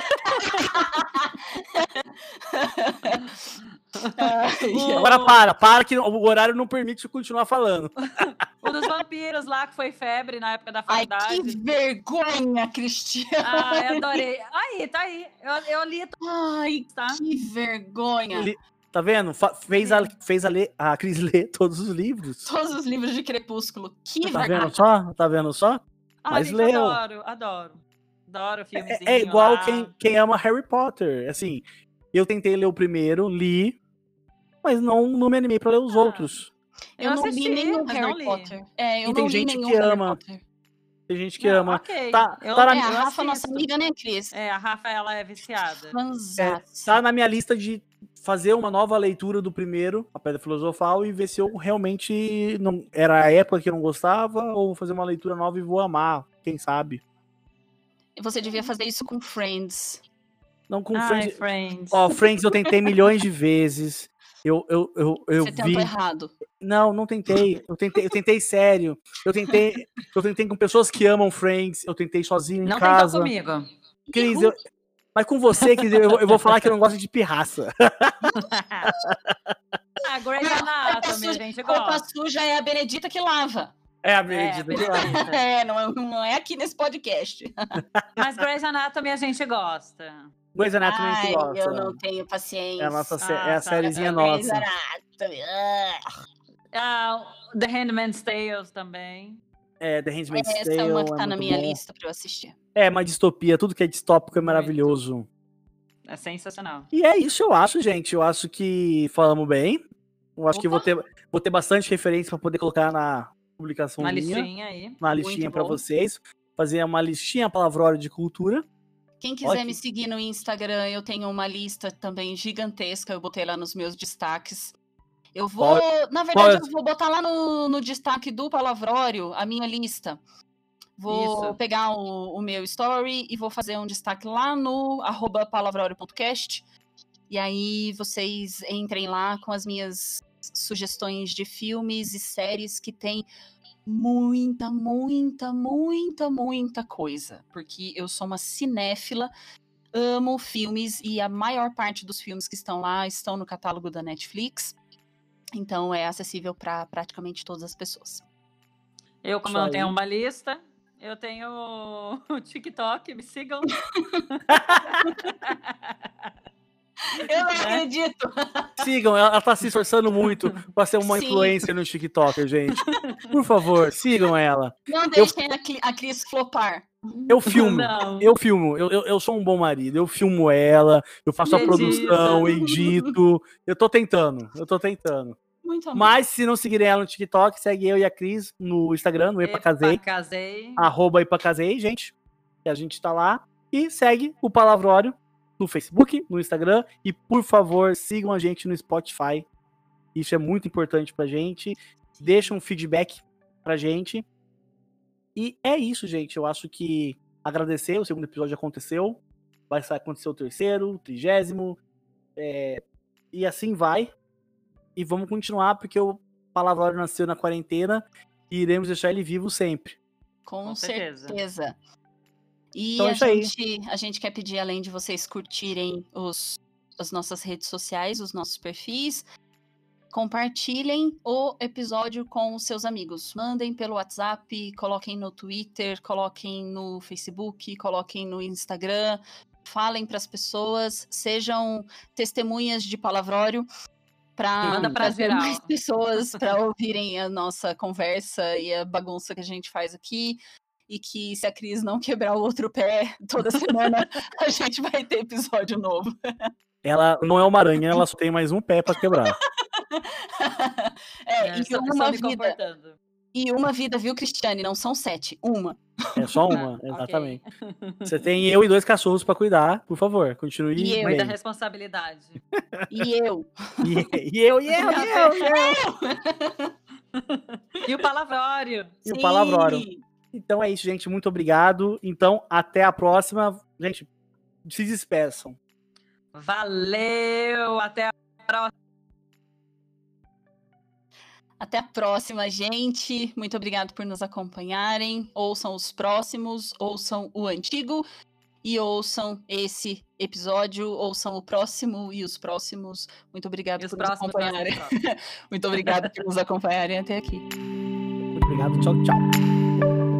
Ai, agora para, para que o horário não permite continuar falando. O dos vampiros lá, que foi febre na época da faculdade. Ai, que vergonha, Cristiano. Ai, adorei. Aí, tá aí. Eu, eu li. Ai, tá? Que vergonha. Li, tá vendo? Fez a, fez a, ler, a Cris ler todos os livros. Todos os livros de Crepúsculo. Que tá vergonha. Vendo só? Tá vendo só? Ai, Mas gente, leu. Adoro, adoro. Adoro filmezinho. É, é igual lá. quem, quem ama Harry Potter. Assim, eu tentei ler o primeiro, li, mas não, não me animei pra ler os Ah, outros. Eu, Eu não assisti, li nenhum mas Harry não li. Potter. É, eu E não tem li gente nenhum que Harry ama. Potter. Tem gente que Não, ama. ok. Tá, Eu, tá na, É, a eu Rafa, nossa assisto. amiga, né, Cris? É, a Rafa, ela é viciada. é, Fanzaça. tá na minha lista de fazer uma nova leitura do primeiro, A Pedra Filosofal, e ver se eu realmente não era a época que eu não gostava, ou fazer uma leitura nova e vou amar, quem sabe. Você devia fazer isso com Friends. Não com Ai, Friends. Friends. Ó, Friends eu tentei milhões de vezes. Eu, eu, eu, eu Você tentou vi. errado. Não, não tentei. Eu tentei, eu tentei sério. Eu tentei, eu tentei com pessoas que amam Friends. Eu tentei sozinho em Não tentou casa. comigo. Cris, eu- mas com você, Cris, eu, vou- eu vou falar que eu não gosto de pirraça. Ah, Grey's Roupa Anatomy, a suja, gente roupa gosta. suja é a Benedita que lava. É a É, Benedita que lá. Benedita. É, não é, não é aqui nesse podcast. Mas Grey's Anatomy a gente gosta. Grey's Anatomy a Ai, gente gosta. eu não tenho paciência. É a, nossa, sé- é a Nossa, sériezinha Grey's nossa. Anatomy. Ah. Ah, The Handmaid's Tale também. É, The Handmaid's Essa Tale é uma que tá é na muito minha bom. lista pra eu assistir. É uma distopia, tudo que é distópico é Muito. maravilhoso. É sensacional. E é isso, eu acho, gente. Eu acho que falamos bem. Eu acho que vou Opa. ter, vou ter bastante referência para poder colocar na publicação Na minha, listinha aí. na listinha Muito para bom. vocês. Fazer uma listinha palavrório de cultura. Quem quiser Ótimo. me seguir no Instagram, eu tenho uma lista também gigantesca. Eu botei lá nos meus destaques. Eu vou, na verdade, qual- eu vou botar lá no, no destaque do Palavrório a minha lista. Vou Isso. pegar o, o meu story e vou fazer um destaque lá no arroba palavrório ponto cast. E aí vocês entrem lá com as minhas sugestões de filmes e séries que tem muita, muita, muita, muita coisa. Porque eu sou uma cinéfila, amo filmes e a maior parte dos filmes que estão lá estão no catálogo da Netflix. Então é acessível para praticamente todas as pessoas. Eu, como Isso não aí. tenho uma lista, eu tenho o TikTok, me sigam. Eu não Né? acredito! Sigam, ela, ela tá se esforçando muito para ser uma Sim. influencer no TikTok, gente. Por favor, sigam ela. Não deixem a, Cli- a Cris flopar. Eu filmo. Não. Eu filmo, eu, eu, eu sou um bom marido, eu filmo ela, eu faço a Edita. produção, edito. Eu tô tentando, eu tô tentando. Muito amor. Mas se não seguirem ela no TikTok, segue eu e a Cris no Instagram, no Epa, Epacasei, casei. arroba Epacasei, gente. Que a gente tá lá. E segue o Palavrório no Facebook, no Instagram. E, por favor, sigam a gente no Spotify. Isso é muito importante pra gente. Deixa um feedback pra gente. E é isso, gente. Eu acho que agradecer, o segundo episódio aconteceu. Vai acontecer o terceiro, o trigésimo. É, e assim vai. E vamos continuar, porque o Palavrório nasceu na quarentena e iremos deixar ele vivo sempre. Com, Com certeza. certeza. E Então é a, isso aí. gente, a gente quer pedir, além de vocês curtirem os, as nossas redes sociais, os nossos perfis, compartilhem o episódio com os seus amigos. Mandem pelo WhatsApp, coloquem no Twitter, coloquem no Facebook, coloquem no Instagram. Falem para as pessoas, sejam testemunhas de Palavrório para Manda pra trazer geral. mais pessoas para ouvirem a nossa conversa e a bagunça que a gente faz aqui. E que se a Cris não quebrar o outro pé toda semana, a gente vai ter episódio novo. Ela não é uma aranha, ela só tem mais um pé pra quebrar. É, É, e só- uma só me vida. comportando. E uma vida, viu, Cristiane? Não são sete. Uma. É só uma, Ok. exatamente. Você tem eu e dois cachorros pra cuidar, por favor, continue E eu. Muita bem. responsabilidade. E eu. E, e eu, e eu, e eu, e eu. E o palavrório. E o Palavrório. Sim. Então é isso, gente. Muito obrigado. Então, até a próxima. Gente, se despeçam. Valeu! Até a próxima. Até a próxima, gente. Muito obrigado por nos acompanharem. Ouçam os próximos, ouçam o antigo e ouçam esse episódio, ouçam o próximo e os próximos. Muito obrigado E os por nos próximos, acompanharem. próximos, próximos. Muito obrigado por nos acompanharem até aqui. Muito obrigado. Tchau, tchau.